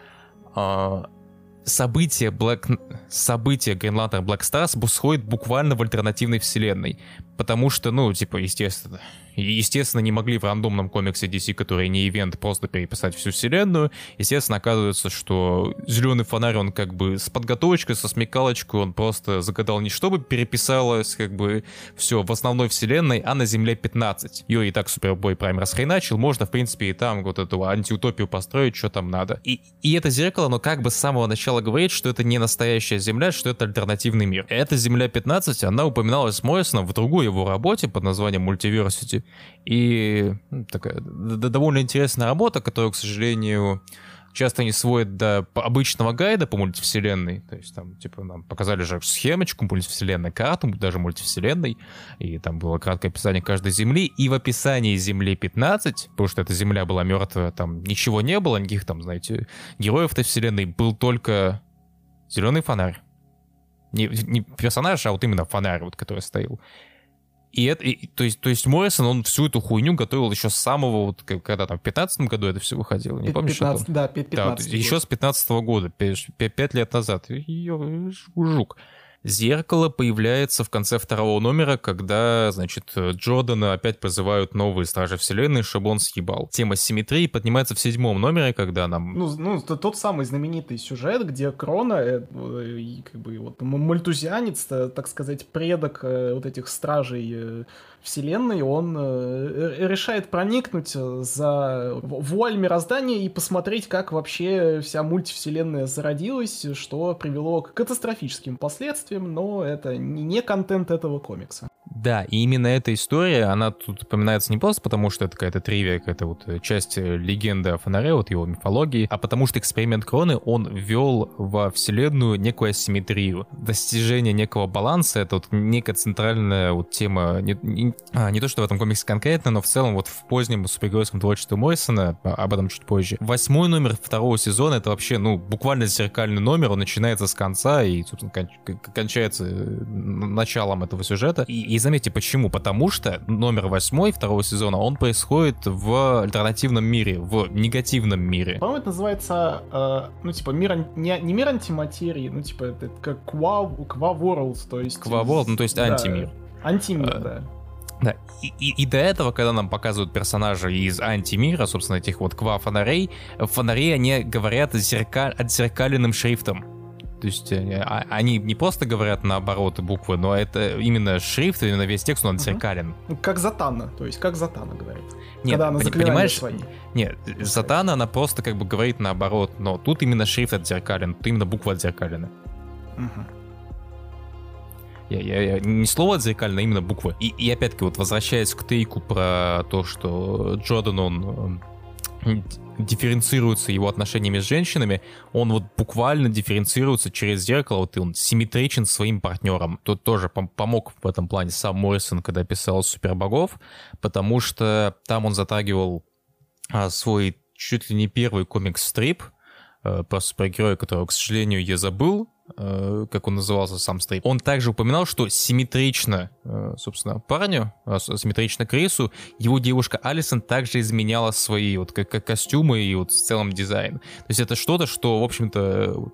События Black... события Green Lantern Black Stars происходят буквально в альтернативной вселенной, потому что, ну, типа, естественно, естественно, не могли в рандомном комиксе ди си, который не ивент, просто переписать всю вселенную. Естественно, оказывается, что Зеленый фонарь, он как бы с подготовочкой, со смекалочкой, он просто загадал не чтобы переписалось как бы все в основной вселенной, а на Земле пятнадцать. Ее и так Супербой Прайм расхреначил, можно, в принципе, и там вот эту антиутопию построить, что там надо. И, и это зеркало, оно как бы с самого начала говорит, что это не настоящая Земля, что это альтернативный мир. Эта Земля пятнадцать, она упоминалась Моррисоном в другой его работе под названием Multiversity. И ну, такая довольно интересная работа, которую, к сожалению, часто не сводит до обычного гайда по мультивселенной. То есть там, типа, нам показали же схемочку мультивселенной, карту даже мультивселенной, и там было краткое описание каждой Земли, и в описании Земли пятнадцать, потому что эта Земля была мертвая, там ничего не было, никаких там, знаете, героев этой вселенной, был только Зеленый фонарь. Не, не персонаж, а вот именно фонарь, вот, который стоял. И это, и, то, есть, то есть Моррисон, он всю эту хуйню готовил еще с самого, вот, когда там в пятнадцатом году это все выходило, не помнишь? пятнадцать, да, пятнадцатый да, еще с пятнадцатого года, пять лет назад. Ее жук. Зеркало появляется в конце второго номера, когда, значит, Джордана опять призывают новые Стражи Вселенной, чтобы он съебал. Тема симметрии поднимается в седьмом номере, когда нам... Ну, ну тот самый знаменитый сюжет, где Крона, э, э, как бы вот мальтузианец, так сказать, предок э, вот этих Стражей э, Вселенной, он э, решает проникнуть за вуаль мироздания и посмотреть, как вообще вся мультивселенная зародилась, что привело к катастрофическим последствиям, но это не контент этого комикса. Да, и именно эта история, она тут упоминается не просто потому, что это какая-то тривия, какая-то вот часть легенды о фонаре, вот его мифологии, а потому что эксперимент Кроны, он ввел во вселенную некую асимметрию. Достижение некого баланса — это вот некая центральная вот тема, не, не, а, не то что в этом комиксе конкретно, но в целом вот в позднем супергеройском творчестве Моррисона, об этом чуть позже. Восьмой номер второго сезона — это вообще, ну, буквально зеркальный номер, он начинается с конца и, собственно, кон- кончается началом этого сюжета. И, и заметьте, почему? Потому что номер восьмой второго сезона, он происходит в альтернативном мире, в негативном мире. По-моему, это называется, э, ну, типа, мир, не, не мир антиматерии, ну, типа, это как Qua, Qua World, то есть... Qua World, ну, то есть да, антимир. Антимир, а, да. Да, и, и, и до этого, когда нам показывают персонажей из антимира, собственно, этих вот Ква-фонарей, фонари, они говорят зеркаль, отзеркаленным шрифтом. То есть они не просто говорят наоборот буквы, но это именно шрифт, именно весь текст, он отзеркален. Uh-huh. Как Затана, то есть как Затана говорит. Нет, когда она понимаешь, свои. Нет, Затана, она просто как бы говорит наоборот, но тут именно шрифт отзеркален, тут именно буквы отзеркалены. Uh-huh. Я, я, я, не слово отзеркально, а именно буквы. И, и опять-таки, вот возвращаясь к тейку про то, что Джордан, он дифференцируется его отношениями с женщинами, он вот буквально дифференцируется через зеркало, вот и он симметричен своим партнером. Тут тоже пом- помог в этом плане сам Моррисон, когда писал «Супербогов», потому что там он затрагивал а, свой чуть ли не первый комикс-стрип а, про супергероя, которого, к сожалению, я забыл, как он назывался, сам стрип. Он также упоминал, что симметрично, собственно, парню, симметрично Крису, его девушка Алисон также изменяла свои вот как, как костюмы и вот в целом дизайн. То есть это что-то, что, в общем-то, вот,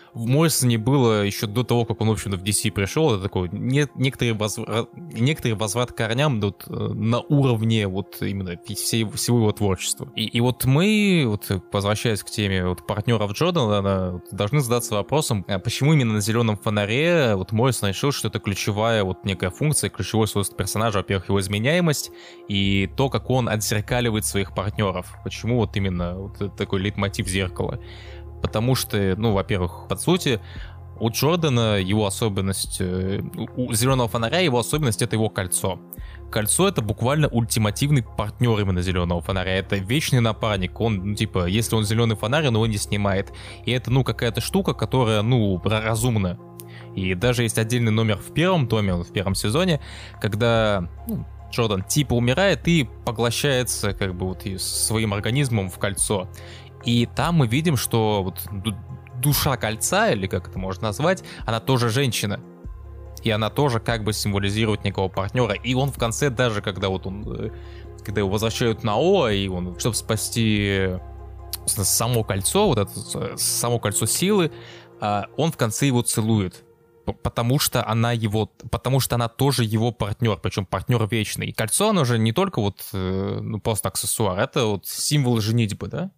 в Моррисоне было еще до того, как он, в общем-то, в ди си пришел, это такой не, некоторый, возврат, некоторый возврат к корням вот, на уровне вот именно всей, всего его творчества. И, и вот мы, вот, возвращаясь к теме вот, партнеров Джордана, вот, должны задаться вопросом, почему именно на «Зеленом фонаре» вот, Моррисон решил, что это ключевая вот некая функция, ключевой свойство персонажа, во-первых, его изменяемость и то, как он отзеркаливает своих партнеров. Почему вот именно вот такой лейтмотив зеркала? Потому что, ну, во-первых, по сути, у Джордана его особенность, у «Зеленого фонаря» его особенность — это его кольцо. Кольцо — это буквально ультимативный партнер именно «Зеленого фонаря». Это вечный напарник. Он, ну, типа, если он «Зеленый фонарь», он его не снимает. И это, ну, какая-то штука, которая, ну, разумна. И даже есть отдельный номер в первом томе, в первом сезоне, когда ну, Джордан типа умирает и поглощается как бы вот своим организмом в кольцо. И там мы видим, что вот душа кольца, или как это можно назвать, она тоже женщина. И она тоже как бы символизирует некого партнера. И он в конце даже, когда вот он, когда его возвращают на О, и он, чтобы спасти само кольцо, вот это само кольцо силы, он в конце его целует. Потому что она его, потому что она тоже его партнер, причем партнер вечный. Кольцо, оно же не только вот, ну, просто аксессуар, это вот символ женитьбы, да?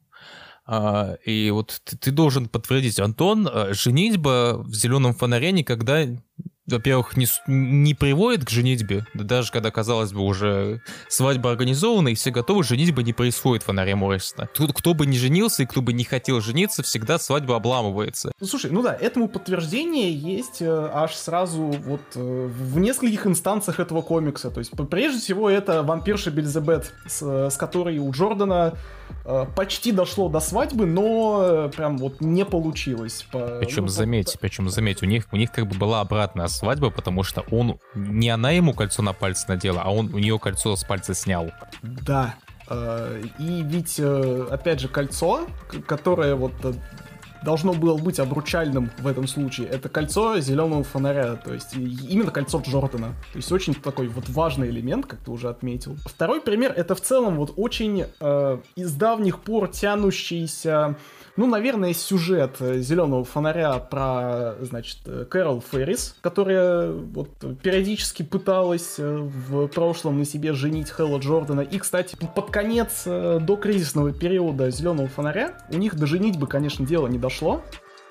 А, и вот ты, ты должен подтвердить, Антон, женитьба в «Зеленом фонаре» никогда, во-первых, не, не приводит к женитьбе, даже когда, казалось бы, уже свадьба организована и все готовы, женитьба не происходит в «Фонаре» Моррисона. Тут кто бы ни женился и кто бы не хотел жениться, всегда свадьба обламывается. Ну, слушай, ну да, этому подтверждение есть э, аж сразу вот э, в нескольких инстанциях этого комикса. То есть, прежде всего, это вампирша Бельзебет, с, с которой у Джордана э, почти дошло до свадьбы, но э, прям вот не получилось. По, причем, ну, заметь, по... причем, заметь, у них, у них как бы была обратная свадьба, потому что он, не она ему кольцо на пальце надела, а он у нее кольцо с пальца снял. Да. Э, и ведь, э, опять же, кольцо, которое вот... должно было быть обручальным в этом случае. Это кольцо «Зеленого фонаря», то есть именно кольцо Джордана. То есть очень такой вот важный элемент, как ты уже отметил. Второй пример — это в целом вот очень э, из давних пор тянущийся, ну, наверное, сюжет «Зеленого фонаря» про, значит, Кэрол Феррис, которая вот периодически пыталась в прошлом на себе женить Хэлла Джордана. И, кстати, под конец до кризисного периода «Зеленого фонаря» у них до женитьбы, конечно, дело не дошло,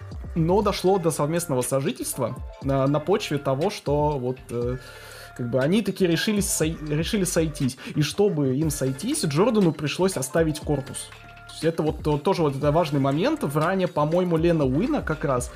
но дошло до совместного сожительства на, на почве того, что вот... Э, как бы они таки решили, сой, решили сойтись. И чтобы им сойтись, Джордану пришлось оставить корпус. Это вот то, тоже вот это важный момент в ране, по-моему, Лена Уина как раз,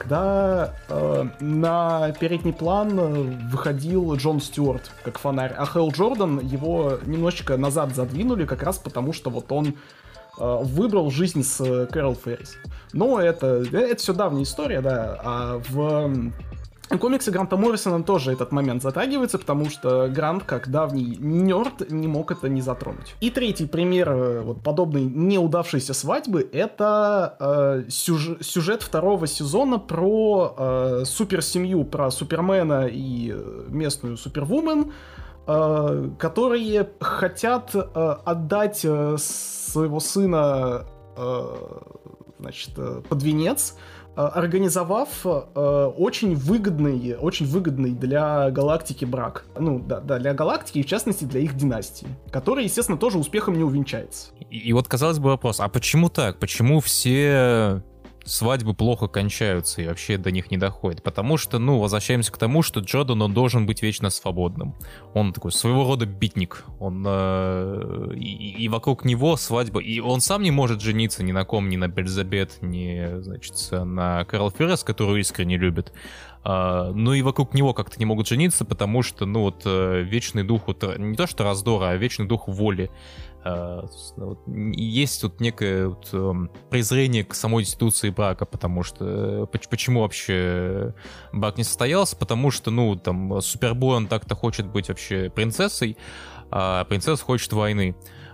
когда э, на передний план выходил Джон Стюарт как фонарь, а Хэл Джордан его немножечко назад задвинули как раз потому, что вот он э, выбрал жизнь с Кэрол Феррис. Но это, это все давняя история, да, а в... В комиксе Гранта Моррисона тоже этот момент затрагивается, потому что Грант, как давний нерд, не мог это не затронуть. И третий пример вот подобной неудавшейся свадьбы — это э, сюж- сюжет второго сезона про э, суперсемью, про Супермена и местную Супервумен, э, которые хотят э, отдать э, своего сына э, значит, э, под венец, организовав э, очень выгодный, очень выгодный для галактики брак. Ну, да, да, для галактики и, в частности, для их династии, который, естественно, тоже успехом не увенчается. И, и вот, казалось бы, вопрос, а почему так? Почему все свадьбы плохо кончаются и вообще до них не доходит? Потому что, ну, возвращаемся к тому, что Джордан, он должен быть вечно свободным. Он такой своего рода битник. Он, э, и, и вокруг него свадьба. И он сам не может жениться ни на ком, ни на Бельзебет, ни, значит, на Кэрол Феррис, которую искренне любит. Uh, ну и вокруг него как-то не могут жениться, потому что, ну вот, uh, вечный дух, вот, не то что раздора, а вечный дух воли. Uh, вот, есть тут некое вот, um, презрение к самой институции брака, потому что uh, почему вообще брак не состоялся? Потому что, ну, там, Супербой, он так-то хочет быть вообще принцессой, а принцесса хочет войны.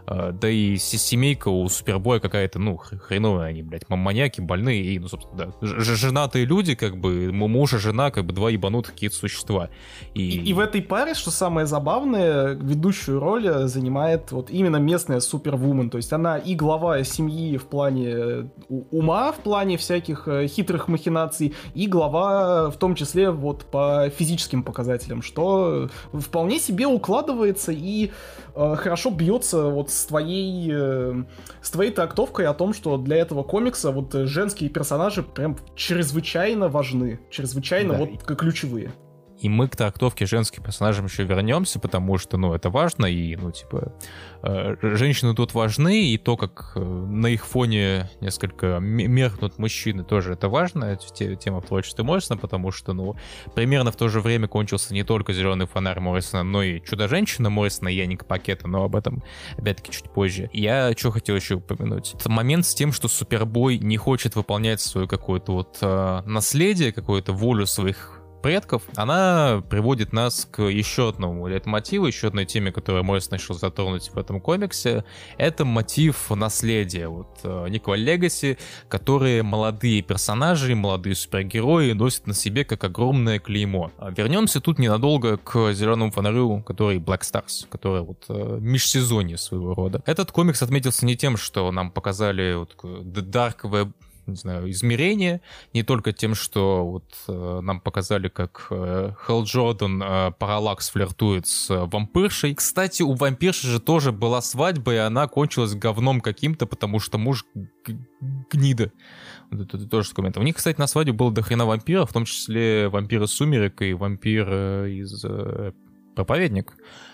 Да и семейка у Супербоя какая-то, ну, хреновая они, блядь, маньяки, больные, и, ну, собственно, да, Ж- женатые люди, как бы, муж и жена, как бы, два ебанутых какие-то существа. И... И, и в этой паре, что самое забавное, ведущую роль занимает вот именно местная супервумен, то есть она и глава семьи в плане ума, в плане всяких хитрых махинаций, и глава в том числе вот по физическим показателям, что вполне себе укладывается и э, хорошо бьется вот с твоей, э, с твоей трактовкой о том, что для этого комикса вот женские персонажи прям чрезвычайно важны, чрезвычайно да. вот ключевые. И мы к трактовке женских персонажей еще вернемся, потому что, ну, это важно, и, ну, типа, э, женщины тут важны, и то, как э, на их фоне несколько меркнут мужчины, тоже это важно, это тема в творчестве Моррисона, потому что, ну, примерно в то же время кончился не только «Зеленый фонарь» Моррисона, но и «Чудо-женщина» Моррисона, и «Яника Пакета», но об этом, опять-таки, чуть позже. Я что хотел еще упомянуть? Это момент с тем, что Супербой не хочет выполнять свое какое-то вот э, наследие, какую-то волю своих предков, она приводит нас к еще одному лейтмотиву, еще одной теме, которую Моррисон решил затронуть в этом комиксе. Это мотив наследия, вот некого легаси, которые молодые персонажи, молодые супергерои носят на себе как огромное клеймо. Вернемся тут ненадолго к «Зеленому фонарю», который Black Stars, который вот межсезонье своего рода. Этот комикс отметился не тем, что нам показали вот Dark Web, не знаю, измерение, не только тем, что вот э, нам показали, как э, Хелл Джордан э, Параллакс флиртует с э, вампиршей. Кстати, у вампирши же тоже была свадьба, и она кончилась говном каким-то, потому что муж г- гнида. Вот это, это тоже коммент. У них, кстати, на свадьбе было до хрена вампиров, в том числе вампир из «Сумерек» и вампир э, из э, «Проповедник».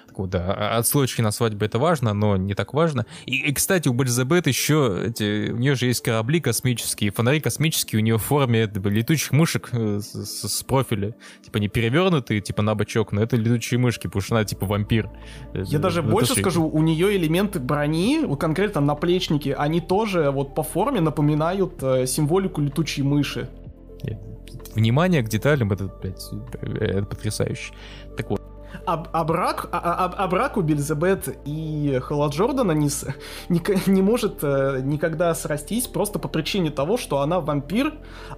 Да, отсылочки на свадьбу — это важно, но не так важно. И, и кстати, у Бельзебет еще эти, у нее же есть корабли космические, фонари космические, у нее в форме летучих мышек с, с, с профиля. Типа не перевернутые, типа на бочок, но это летучие мышки, потому что она типа вампир. Я это, даже это больше шик. скажу, у нее элементы брони, вот конкретно наплечники, они тоже вот по форме напоминают э, символику летучей мыши. Внимание к деталям, это, блядь, это потрясающе. Так вот. А, а, брак, а, а, а брак у Бельзебет и Хэлла Джордана не, с, не, не может э, никогда срастись просто по причине того, что она вампир,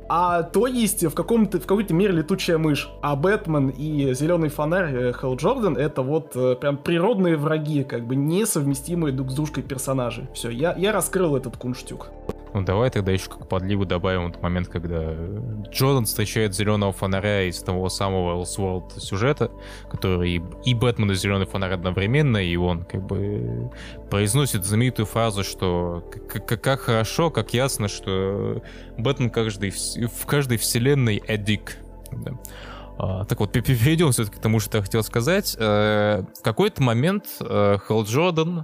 а то есть в, каком-то, в какой-то мере летучая мышь. А Бэтмен и Зеленый фонарь э, Хэлл Джордан — это вот э, прям природные враги, как бы несовместимые друг с дружкой персонажи. Все, я, я раскрыл этот кунштюк. Ну давай тогда еще как подливу добавим тот момент, когда Джордан встречает Зеленого фонаря из того самого Elseworld сюжета, который и, и Бэтмен, и Зеленый фонарь одновременно, и он как бы произносит знаменитую фразу, что как, как хорошо, как ясно, что Бэтмен каждый, в каждой вселенной эдик. Да. А, так вот, перейдем все-таки к тому, что я хотел сказать. В какой-то момент Хэлл Джордан,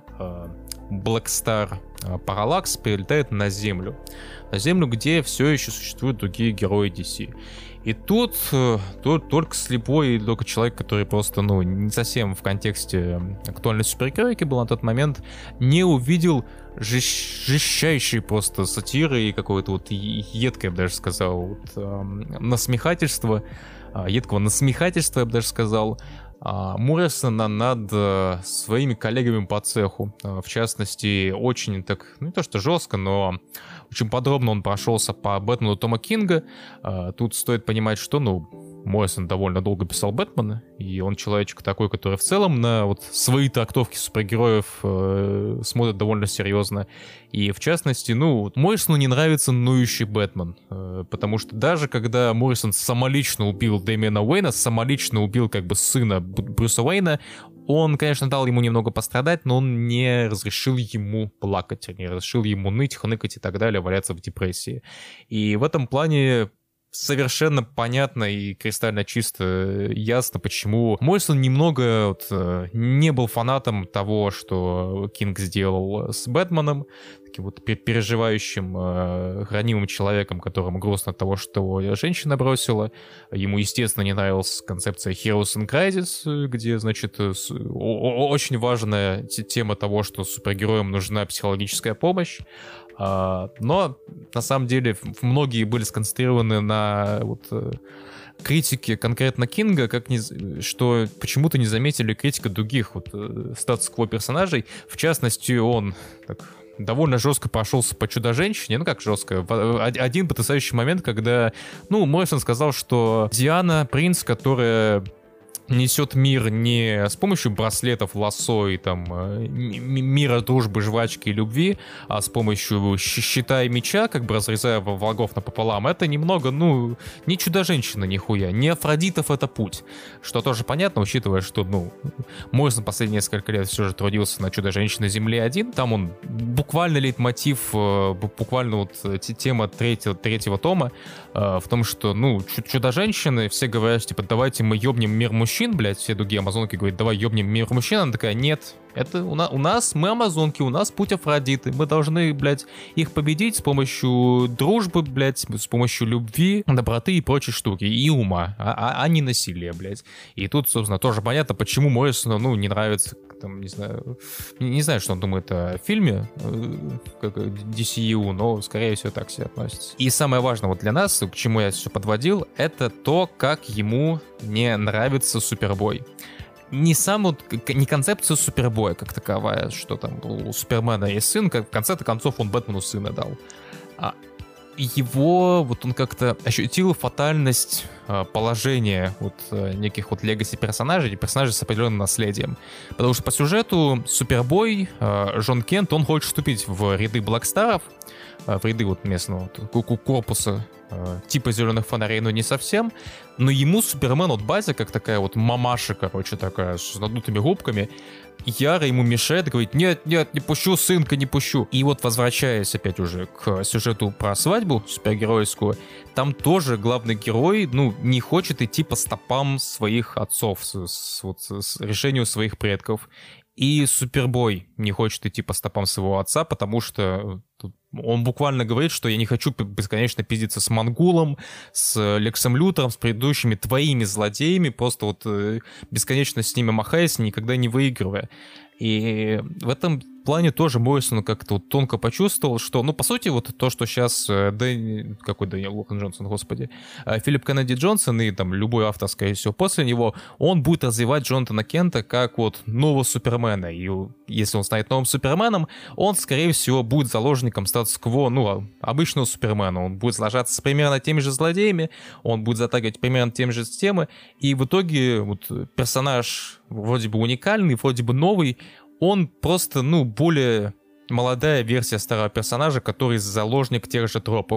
Black Star, Параллакс прилетает на Землю. На Землю, где все еще существуют другие герои ди си. И тут, тут только слепой, только человек, который просто, ну, не совсем в контексте актуальной супергеройки был на тот момент, не увидел жесть, жестчайшей просто сатиры и какое-то вот едкое, я бы даже сказал, вот, э, насмехательство, э, едкого насмехательства, я бы даже сказал, Моррисона над э, своими коллегами по цеху. Э, в частности, очень так, ну не то что жестко, но очень подробно он прошелся по Бэтмену Тома Кинга. Э, тут стоит понимать, что, ну, Моррисон довольно долго писал Бэтмена, и он человечек такой, который в целом на вот свои трактовки супергероев э, смотрит довольно серьезно. И в частности, ну, Моррисону не нравится ноющий Бэтмен, э, потому что даже когда Моррисон самолично убил Дэмиана Уэйна, самолично убил как бы сына Брюса Уэйна, он, конечно, дал ему немного пострадать, но он не разрешил ему плакать, не разрешил ему ныть, хныкать и так далее, валяться в депрессии. И в этом плане совершенно понятно и кристально чисто ясно, почему Моррисон немного вот, не был фанатом того, что Кинг сделал с Бэтменом, таким вот переживающим, э, хранимым человеком, которому грустно от того, что его женщина бросила. Ему, естественно, не нравилась концепция Heroes in Crisis, где, значит, с, о, очень важная тема того, что супергероям нужна психологическая помощь. Uh, но на самом деле многие были сконцентрированы на вот, критики конкретно Кинга, как не, что почему-то не заметили критика других вот статус-кво персонажей. В частности, он так довольно жестко прошелся по Чудо-женщине. Ну как жестко? Один потрясающий момент, когда, ну, Моррисон сказал, что Диана принц, которая несет мир не с помощью браслетов, лассо и там мира, дружбы, жвачки и любви, а с помощью щита и меча, как бы разрезая врагов напополам. Это немного, ну, не Чудо-женщина нихуя, не Афродитов это путь. Что тоже понятно, учитывая, что, ну, Моррисон последние несколько лет все же трудился на Чудо-женщине Земле один. Там он буквально лейтмотив, буквально вот тема третьего, третьего тома в том, что, ну, Чудо-женщины, все говорят, типа, давайте мы ёбнем мир мужчин, блядь, все другие амазонки говорят, давай ёбнем мир мужчин, она такая, нет, это у, на, у нас, мы амазонки, у нас путь Афродиты, мы должны, блядь, их победить с помощью дружбы, блядь, с помощью любви, доброты и прочей штуки, и ума, а, а, а не насилия, блядь. И тут, собственно, тоже понятно, почему Моррисону, ну, не нравится, там, не знаю, не, не знаю, что он думает о фильме, как ди си ю, но, скорее всего, так себе относится. И самое важное вот для нас, к чему я все подводил, это то, как ему не нравится Супербой. Не сам вот, не концепция Супербоя как таковая, что там у Супермена есть сын, как в конце-то концов он Бэтмену сына дал. А его, вот он как-то ощутил фатальность э, положения вот э, неких вот легаси персонажей, персонажей с определенным наследием. Потому что по сюжету Супербой, э, Джон Кент, он хочет вступить в ряды Блэкстаров, э, в ряды вот местного вот, корпуса э, типа зеленых фонарей, но не совсем. Но ему Супермен, вот база, как такая вот мамаша, короче, такая, с надутыми губками, яро ему мешает, говорит, нет, нет, не пущу, сынка, не пущу. И вот возвращаясь опять уже к сюжету про свадьбу супергеройскую, там тоже главный герой, ну, не хочет идти по стопам своих отцов, с, с, вот, с решению своих предков. И Супербой не хочет идти по стопам своего отца, потому что он буквально говорит, что я не хочу бесконечно пиздиться с Монгулом, с Лексом Лютером, с предыдущими твоими злодеями, просто вот бесконечно с ними махаясь, никогда не выигрывая. И в этом плане тоже Моррисон как-то вот тонко почувствовал, что, ну, по сути, вот то, что сейчас Дэн... какой Дэниел Лохан Джонсон, господи, Филипп Кеннеди Джонсон и там любой автор, скорее всего, после него, он будет развивать Джонатана Кента как вот нового Супермена. И если он станет новым Суперменом, он, скорее всего, будет заложником статус-кво, ну, обычного Супермена. Он будет сложаться с примерно теми же злодеями, он будет затягивать примерно тем же темы, и в итоге вот персонаж вроде бы уникальный, вроде бы новый, он просто, ну, более молодая версия старого персонажа, который заложник тех же тропов.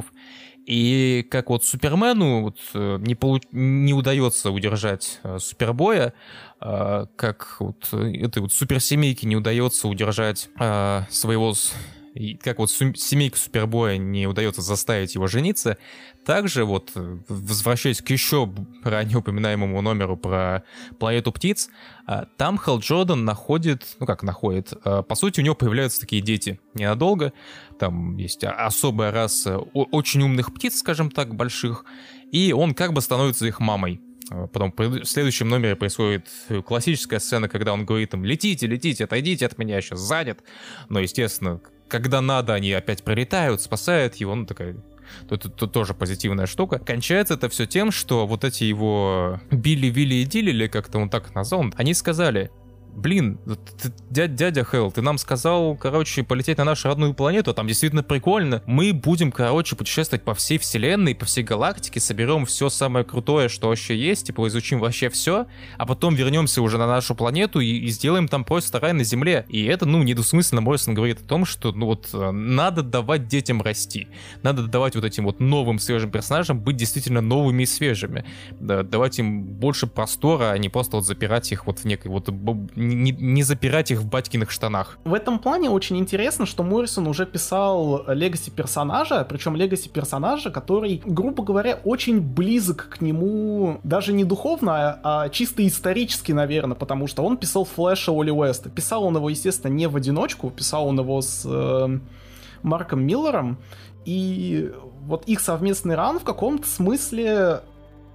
И как вот Супермену вот, не, получ... не удается удержать э, Супербоя, э, как вот этой вот суперсемейке не удается удержать э, своего... И как вот семейка Супербоя не удается заставить его жениться, также вот, возвращаясь к еще ранее упоминаемому номеру про планету птиц, там Хал Джордан находит, ну как находит, по сути у него появляются такие дети ненадолго, там есть особая раса очень умных птиц, скажем так, больших, и он как бы становится их мамой. Потом в следующем номере происходит классическая сцена, когда он говорит им: летите, летите, отойдите от меня, я сейчас занят. Но, естественно, когда надо, они опять прилетают, спасают его, ну такая... Тут, тут тоже позитивная штука. Кончается это все тем, что вот эти его Билли, Вилли и Дилли, или как-то он так назвал, они сказали: блин, ты, дядя, дядя Хэл, ты нам сказал, короче, полететь на нашу родную планету, там действительно прикольно. Мы будем, короче, путешествовать по всей вселенной, по всей галактике, соберем все самое крутое, что вообще есть, типа изучим вообще все, а потом вернемся уже на нашу планету и, и сделаем там просто рай на Земле. И это, ну, недвусмысленно Моррисон говорит о том, что, ну, вот, надо давать детям расти. Надо давать вот этим вот новым свежим персонажам быть действительно новыми и свежими. Да, давать им больше простора, а не просто вот запирать их вот в некой вот... Не, не запирать их в батькиных штанах. В этом плане очень интересно, что Моррисон уже писал легаси персонажа, причем легаси персонажа, который, грубо говоря, очень близок к нему даже не духовно, а чисто исторически, наверное, потому что он писал Флэша Уолли Уэста. Писал он его, естественно, не в одиночку, писал он его с э, Марком Миллером, и вот их совместный ран в каком-то смысле...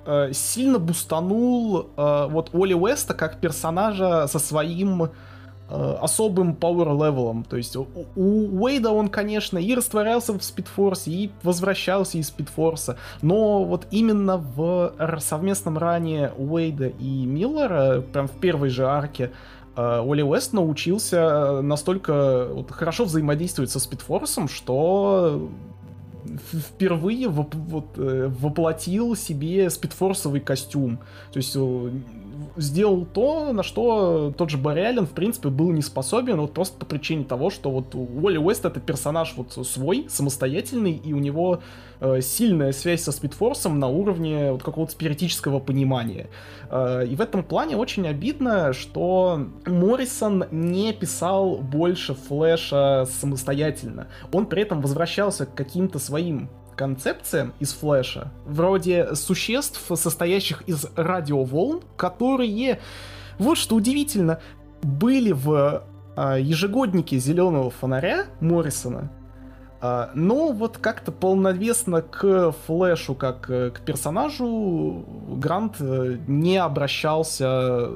сильно бустанул э, вот Уолли Уэста как персонажа со своим э, особым power-левелом. То есть у, у Уэйда он, конечно, и растворялся в спидфорсе, и возвращался из спидфорса, но вот именно в совместном ране Уэйда и Миллера, прям в первой же арке, Уолли Уэст научился настолько вот хорошо взаимодействовать со спидфорсом, что впервые воп- вот, э, воплотил себе спидфорсовый костюм. То есть э, сделал то, на что тот же Барри Аллен, в принципе, был не способен, вот просто по причине того, что вот Уолли Уэст — это персонаж вот свой, самостоятельный, и у него э, сильная связь со спидфорсом на уровне вот какого-то спиритического понимания. Э, и в этом плане очень обидно, что Моррисон не писал больше Флэша самостоятельно. Он при этом возвращался к каким-то своим концепциям из Флэша, вроде существ, состоящих из радиоволн, которые, вот что удивительно, были в а, ежегоднике «Зеленого фонаря» Моррисона, а, но вот как-то полновесно к Флэшу, как к персонажу, Грант не обращался,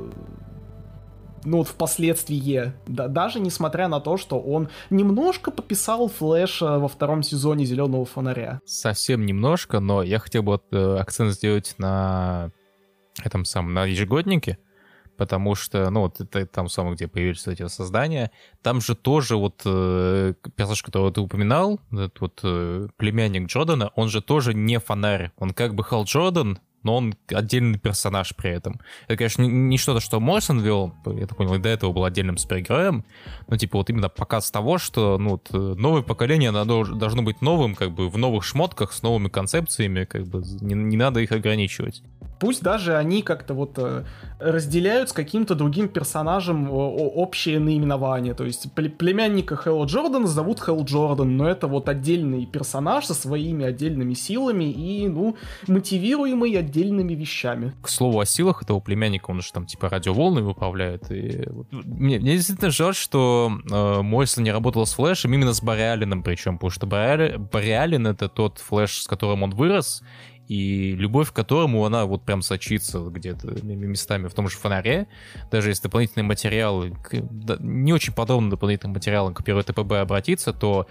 ну вот впоследствии, да, даже несмотря на то, что он немножко пописал Флэша во втором сезоне «Зеленого фонаря». Совсем немножко, но я хотел бы вот, э, акцент сделать на этом самом, на ежегоднике, потому что, ну вот это там самое, где появились эти создания, там же тоже вот э, персонаж, которого ты упоминал, этот вот э, племянник Джордана, он же тоже не фонарь, он как бы Хал Джордан, но он отдельный персонаж при этом. Это, конечно, не, не что-то, что Моррисон вел, я так понял, и до этого был отдельным супергероем, но, типа, вот именно показ того, что, ну, вот, новое поколение, оно должно быть новым, как бы, в новых шмотках, с новыми концепциями, как бы, не, не надо их ограничивать. Пусть даже они как-то вот разделяют с каким-то другим персонажем общее наименование. То есть племянника Хэла Джордана зовут Хэл Джордан, но это вот отдельный персонаж со своими отдельными силами и, ну, мотивируемый отдельными вещами. К слову о силах этого племянника, он же там типа радиоволнами управляет. И... Мне, мне действительно жаль, что э, Моррисон не работал с Флэшем, именно с Барри Алленом причем, потому что Барри, Барри Аллен — это тот Флэш, с которым он вырос, и любовь к которому, она вот прям сочится где-то местами в том же «Фонаре». Даже если дополнительные материалы, не очень подробно дополнительным материалом к первой ТПБ обратиться, то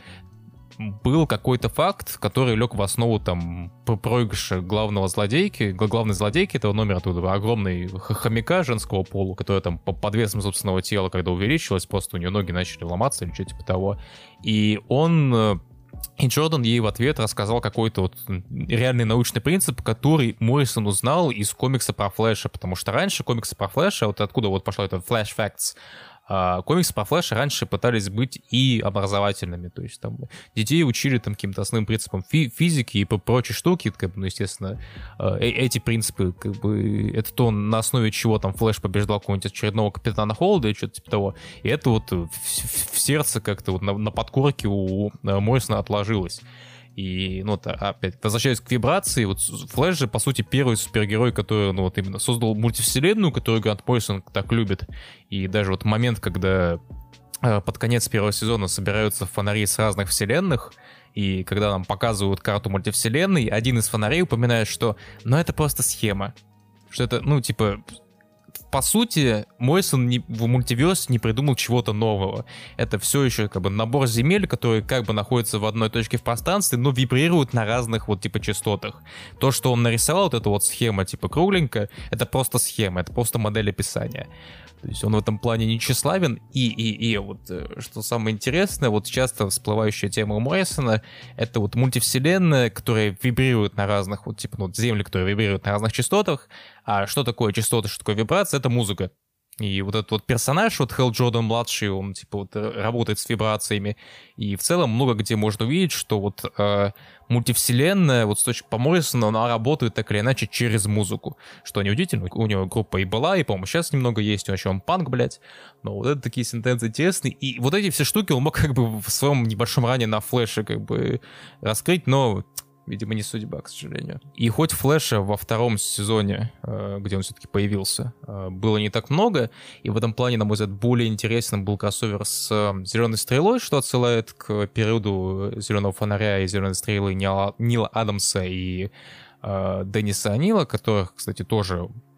был какой-то факт, который лег в основу там проигрыша главного злодейки, главной злодейки этого номера, оттуда огромной хомяка женского пола, которая там под весом собственного тела, когда увеличилась, просто у нее ноги начали ломаться или что-то типа того. И он... И Джордан ей в ответ рассказал какой-то вот реальный научный принцип, который Моррисон узнал из комикса про Флэша, потому что раньше комиксы про Флэша, вот откуда вот пошло это Flash Facts, комиксы по Флэшу раньше пытались быть и образовательными, то есть там детей учили там каким-то основным принципам фи- физики и прочие штуки, как бы, ну, естественно, э- эти принципы, как бы, это то, на основе чего там Флэш побеждал какого-нибудь очередного Капитана Холода и что-то типа того, и это вот в, в сердце как-то вот на, на подкорке у Моррисона отложилось. И, ну, опять, возвращаясь к вибрации, вот Флэш же, по сути, первый супергерой, который, ну, вот именно создал мультивселенную, которую Грант Моррисон так любит. И даже вот момент, когда э, под конец первого сезона собираются фонари с разных вселенных, и когда нам показывают карту мультивселенной, один из фонарей упоминает, что, ну, это просто схема. Что это, ну, типа... По сути, Моррисон не, в мультиверсе не придумал чего-то нового. Это все еще как бы набор земель, которые как бы находятся в одной точке в пространстве, но вибрируют на разных вот типа частотах. То, что он нарисовал, вот эта вот схема типа кругленькая, это просто схема, это просто модель описания. То есть он в этом плане не тщеславен. И, и, и вот что самое интересное, вот часто всплывающая тема у Моррисона, это вот мультивселенная, которая вибрирует на разных, вот типа, ну, земли, которые вибрируют на разных частотах. А что такое частоты, что такое вибрация? Это музыка. И вот этот вот персонаж, вот Хэл Джордан-младший, он типа вот работает с вибрациями. И в целом много где можно увидеть, что вот э, мультивселенная, вот с точки по Моррисону, она работает так или иначе через музыку. Что неудивительно, у него группа и была, и, по-моему, сейчас немного есть, у него еще он панк, блядь. Но вот это такие сентенции интересные. И вот эти все штуки он мог как бы в своем небольшом ране на Флэше как бы раскрыть, но... Видимо, не судьба, к сожалению. И хоть Флэша во втором сезоне, где он все-таки появился, было не так много, и в этом плане, на мой взгляд, более интересным был кроссовер с «Зеленой стрелой», что отсылает к периоду «Зеленого фонаря» и «Зеленой стрелы» Нила, Нила Адамса и э, Денниса Анила, которых, кстати, тоже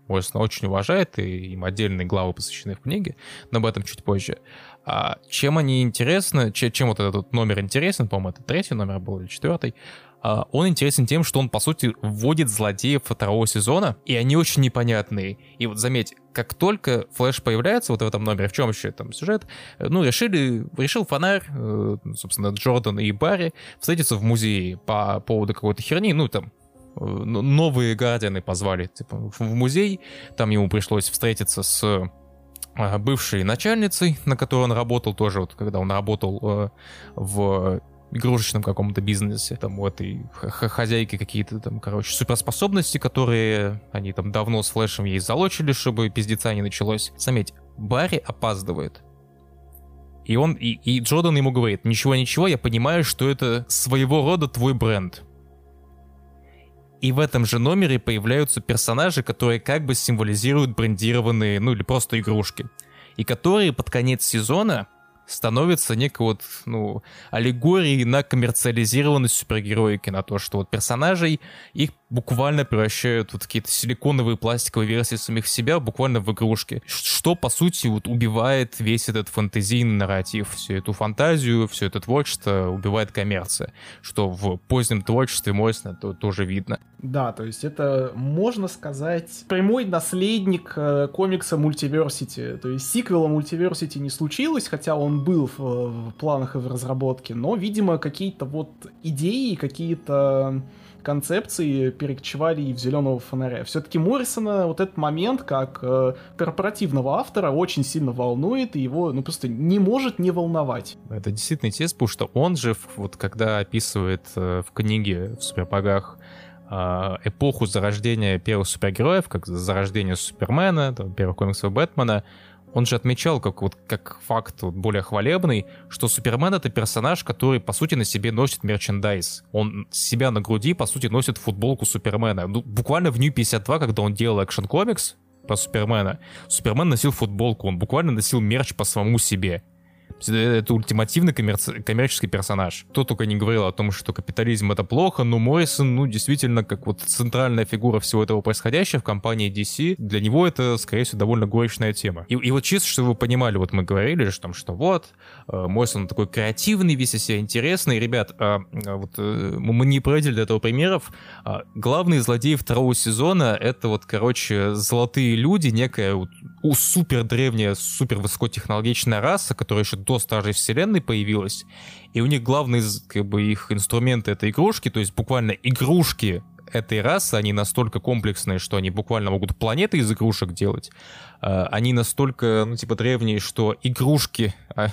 Моррисон очень уважает, и им отдельные главы посвящены в книге, но об этом чуть позже. А чем они интересны, чем вот этот номер интересен, по-моему, это третий номер был или четвертый, он интересен тем, что он, по сути, вводит злодеев второго сезона, и они очень непонятные. И вот заметь, как только Флэш появляется вот в этом номере, в чем еще там сюжет, ну, решили, решил Фонарь, собственно, Джордан и Барри встретиться в музее по поводу какой-то херни, ну, там, новые Гардианы позвали, типа, в музей, там ему пришлось встретиться с бывшей начальницей, на которой он работал тоже, вот, когда он работал в игрушечном каком-то бизнесе, там у этой хозяйки какие-то там, короче, суперспособности, которые они там давно с Флэшем ей залочили, чтобы пиздеца не началось. Заметь, Барри опаздывает. И он, и, и Джордан ему говорит: ничего-ничего, я понимаю, что это своего рода твой бренд. И в этом же номере появляются персонажи, которые как бы символизируют брендированные, ну или просто игрушки. И которые под конец сезона становится некой вот, ну, аллегорией на коммерциализированность супергероики, на то, что вот персонажей, их буквально превращают вот в какие-то силиконовые пластиковые версии самих себя, буквально в игрушки. Что, по сути, вот убивает весь этот фэнтезийный нарратив, всю эту фантазию, все это творчество убивает коммерция, что в позднем творчестве Моррисона то, тоже видно. Да, то есть это, можно сказать, прямой наследник э, комикса Multiversity. То есть сиквела Multiversity не случилось, хотя он был в, в планах и в разработке, но, видимо, какие-то вот идеи, какие-то концепции перекочевали и в «Зеленого фонаря». Все-таки Моррисона вот этот момент, как э, корпоративного автора, очень сильно волнует, и его, ну, просто не может не волновать. Это действительно интересно, потому что он же, вот когда описывает э, в книге в «Супербогах» э, эпоху зарождения первых супергероев, как зарождение Супермена, там, первых комиксов Бэтмена, он же отмечал, как, вот, как факт вот, более хвалебный, что Супермен — это персонаж, который, по сути, на себе носит мерчендайз. Он себя на груди, по сути, носит футболку Супермена. Ну, буквально в Нью пятьдесят два, когда он делал экшн-комикс про Супермена, Супермен носил футболку, он буквально носил мерч по самому себе. Это ультимативный коммерци... коммерческий персонаж. Кто только не говорил о том, что капитализм — это плохо, но Моррисон, ну, действительно, как вот центральная фигура всего этого происходящего в компании ди си, для него это, скорее всего, довольно горечная тема. И, и вот чисто, чтобы вы понимали, вот мы говорили, что, там, что вот, э, Моррисон такой креативный, весь из себя интересный. Ребят, э, вот, э, мы не проводили до этого примеров. Э, главные злодеи второго сезона — это вот, короче, золотые люди, некая вот, супер древняя, супер высокотехнологичная раса, которая еще до Стражей Вселенной появилась, и у них главные, как бы, их инструменты — это игрушки, то есть буквально игрушки этой расы, они настолько комплексные, что они буквально могут планеты из игрушек делать. Они настолько, ну, типа, древние, что игрушки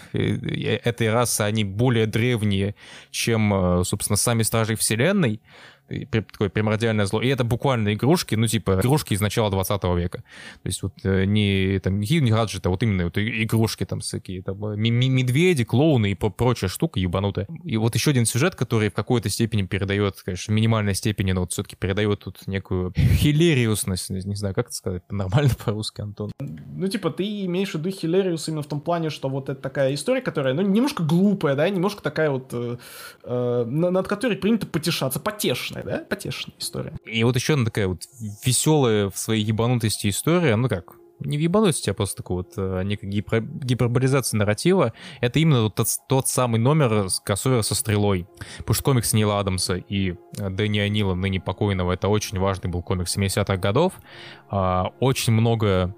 этой расы, они более древние, чем, собственно, сами Стражи Вселенной. Такое примордиальное зло. И это буквально игрушки, ну, типа, игрушки из начала двадцатого века. То есть вот не, там, не гаджеты, а вот именно вот игрушки там всякие, там, медведи, клоуны и прочая штука ебанутая. И вот еще один сюжет, который в какой-то степени передает, конечно, в минимальной степени, но вот все-таки передает тут некую хилериусность, не знаю, как это сказать, нормально по-русски, Антон. Ну, типа, ты имеешь в виду хилериус именно в том плане, что вот это такая история, которая, ну, немножко глупая, да, немножко такая вот, э, э, над которой принято потешаться, потешная, да, потешная история. И вот еще одна такая вот веселая в своей ебанутости история, ну как, не в ебанутости, а просто такой вот некая гипер, гиперболизация нарратива. Это именно тот, тот самый номер кроссовера со Стрелой. Потому что комикс Нила Адамса и Дэнни О'Нила, ныне покойного, это очень важный был комикс семидесятых годов. Очень много...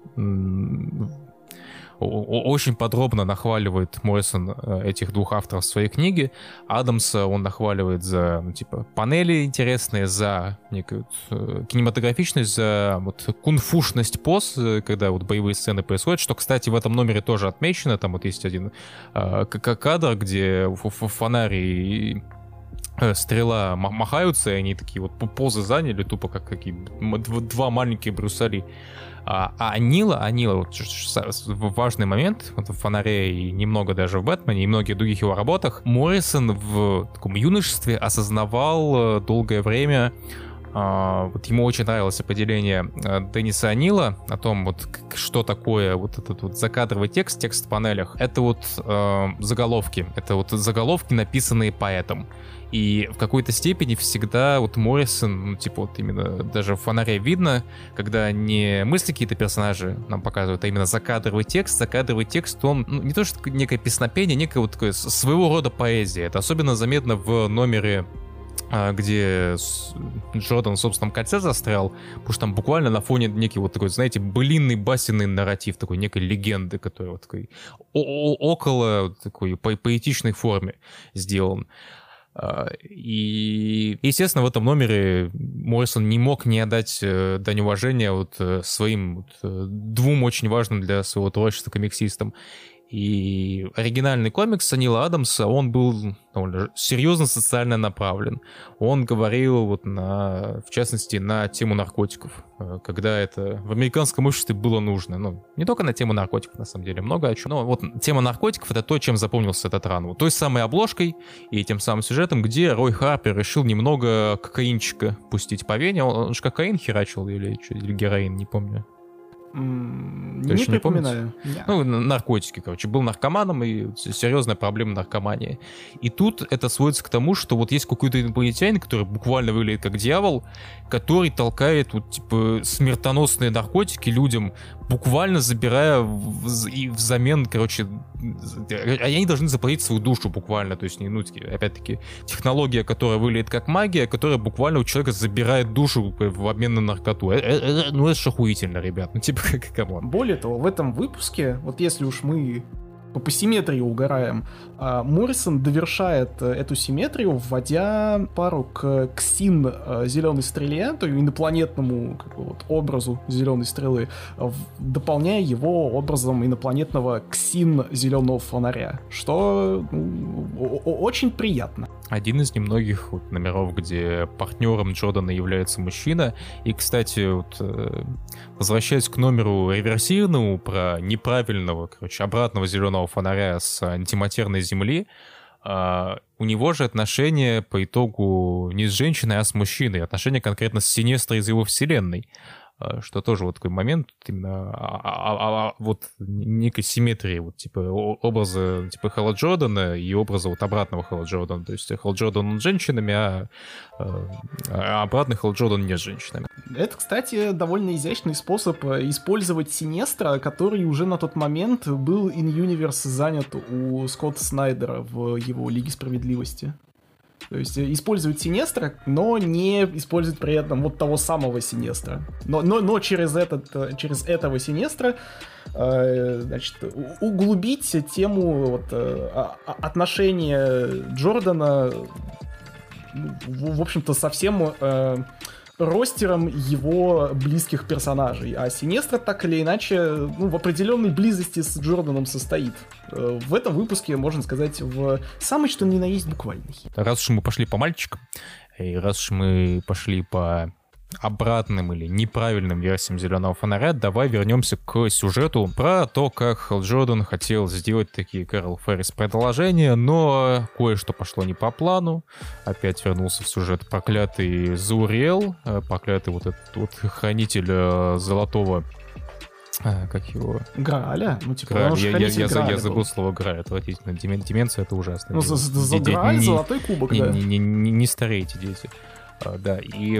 Очень подробно нахваливает Моррисон этих двух авторов в своей книге. Адамса он нахваливает за, ну, типа, панели интересные, за некую вот, кинематографичность, за вот кунфушность поз, когда вот боевые сцены происходят, что, кстати, в этом номере тоже отмечено. Там вот есть один э, кадр, где Фонарь и Стрела махаются, и они такие вот позы заняли, тупо как какие два маленькие Брюса Ли. А, а Нила, а Нила, вот, важный момент, вот в «Фонаре» и немного даже в «Бэтмене» и многих других его работах, Моррисон в таком юношестве осознавал долгое время Uh, вот ему очень нравилось определение uh, Денниса Анила о том, вот, что такое вот этот вот закадровый текст, текст в панелях. Это вот uh, заголовки. Это вот заголовки, написанные поэтом. И в какой-то степени всегда вот Моррисон, ну, типа вот именно даже в фонаре видно, когда не мысли какие-то персонажи нам показывают, а именно закадровый текст. Закадровый текст, он ну, не то что некое песнопение, некое вот такое своего рода поэзия. Это особенно заметно в номере, где Джордан в собственном кольце застрял, потому что там буквально на фоне некий вот такой, знаете, былинный басенный нарратив такой некой легенды, который вот такой около такой по поэтичной форме сделан. И, естественно, в этом номере Моррисон не мог не отдать дань уважения вот своим вот двум очень важным для своего творчества комиксистам. И оригинальный комикс Нила Адамса, он был довольно серьезно социально направлен. Он говорил, вот на, в частности, на тему наркотиков, когда это в американском обществе было нужно. Ну, не только на тему наркотиков, на самом деле, много о чем. Но вот тема наркотиков — это то, чем запомнился этот ран. Вот той самой обложкой и тем самым сюжетом, где Рой Харпер решил немного кокаинчика пустить по вене. Он, он же кокаин херачил или, или героин, не помню. Не припоминаю. Не ну, наркотики, короче. Был наркоманом, и серьезная проблема наркомании. И тут это сводится к тому, что вот есть какой-то инопланетянин, который буквально выглядит как дьявол, который толкает вот, типа, смертоносные наркотики людям, буквально забирая в, и взамен, короче, они должны заплатить свою душу буквально. То есть, ну, опять-таки, технология, которая выглядит как магия, которая буквально у человека забирает душу в обмен на наркоту. Э -э -э ну, это ж охуительно, ребят. Ну, типа, камон. Более того, в этом выпуске, вот если уж мы по симметрии угораем, Моррисон довершает эту симметрию, вводя пару к Ксин зеленой стреле, то есть инопланетному как бы, вот, образу зеленой стрелы, дополняя его образом инопланетного Ксин зеленого фонаря, что ну, очень приятно. Один из немногих вот номеров, где партнером Джордана является мужчина. И, кстати, вот, возвращаясь к номеру реверсивному про неправильного, короче, обратного зеленого фонаря с антиматерной Земли, Uh, у него же отношения по итогу не с женщиной, а с мужчиной. Отношения конкретно с Синестрой из его вселенной. Uh, что тоже вот такой момент именно а, а, а, вот некой симметрии вот типа образа типа Хэлла Джордана и образа вот обратного Хэлла Джордана. То есть Хэлл Джордан он с женщинами, а, а обратный Хэлл Джордан не с женщинами. Это, кстати, довольно изящный способ использовать Синестра, который уже на тот момент был in-universe занят у Скотта Снайдера в его Лиге Справедливости. То есть использовать Синестра, но не использовать при этом вот того самого Синестра. Но, но, но через, этот, через этого Синестра э, значит, углубить тему вот, э, отношения Джордана, в, в общем-то, совсем... Э, ростером его близких персонажей. А Синестра так или иначе ну, в определенной близости с Джорданом состоит. В этом выпуске, можно сказать, в самый что ни на есть буквальный. Раз уж мы пошли по мальчикам, и раз уж мы пошли по обратным или неправильным версиям зеленого фонаря, давай вернемся к сюжету про то, как Хэл Джордан хотел сделать такие Кэрол Феррис продолжения, но кое-что пошло не по плану. Опять вернулся в сюжет проклятый Зауриэл, проклятый вот этот вот хранитель золотого... А, как его? Грааля? Ну, типа, Грааль. Я, я, я, я забыл слово Грааль, отвратительно. Демен, деменция — это ужасно. Ну, за, за Грааль, золотой кубок, не, да. Не, не, не, не старейте, дети. А, да, и...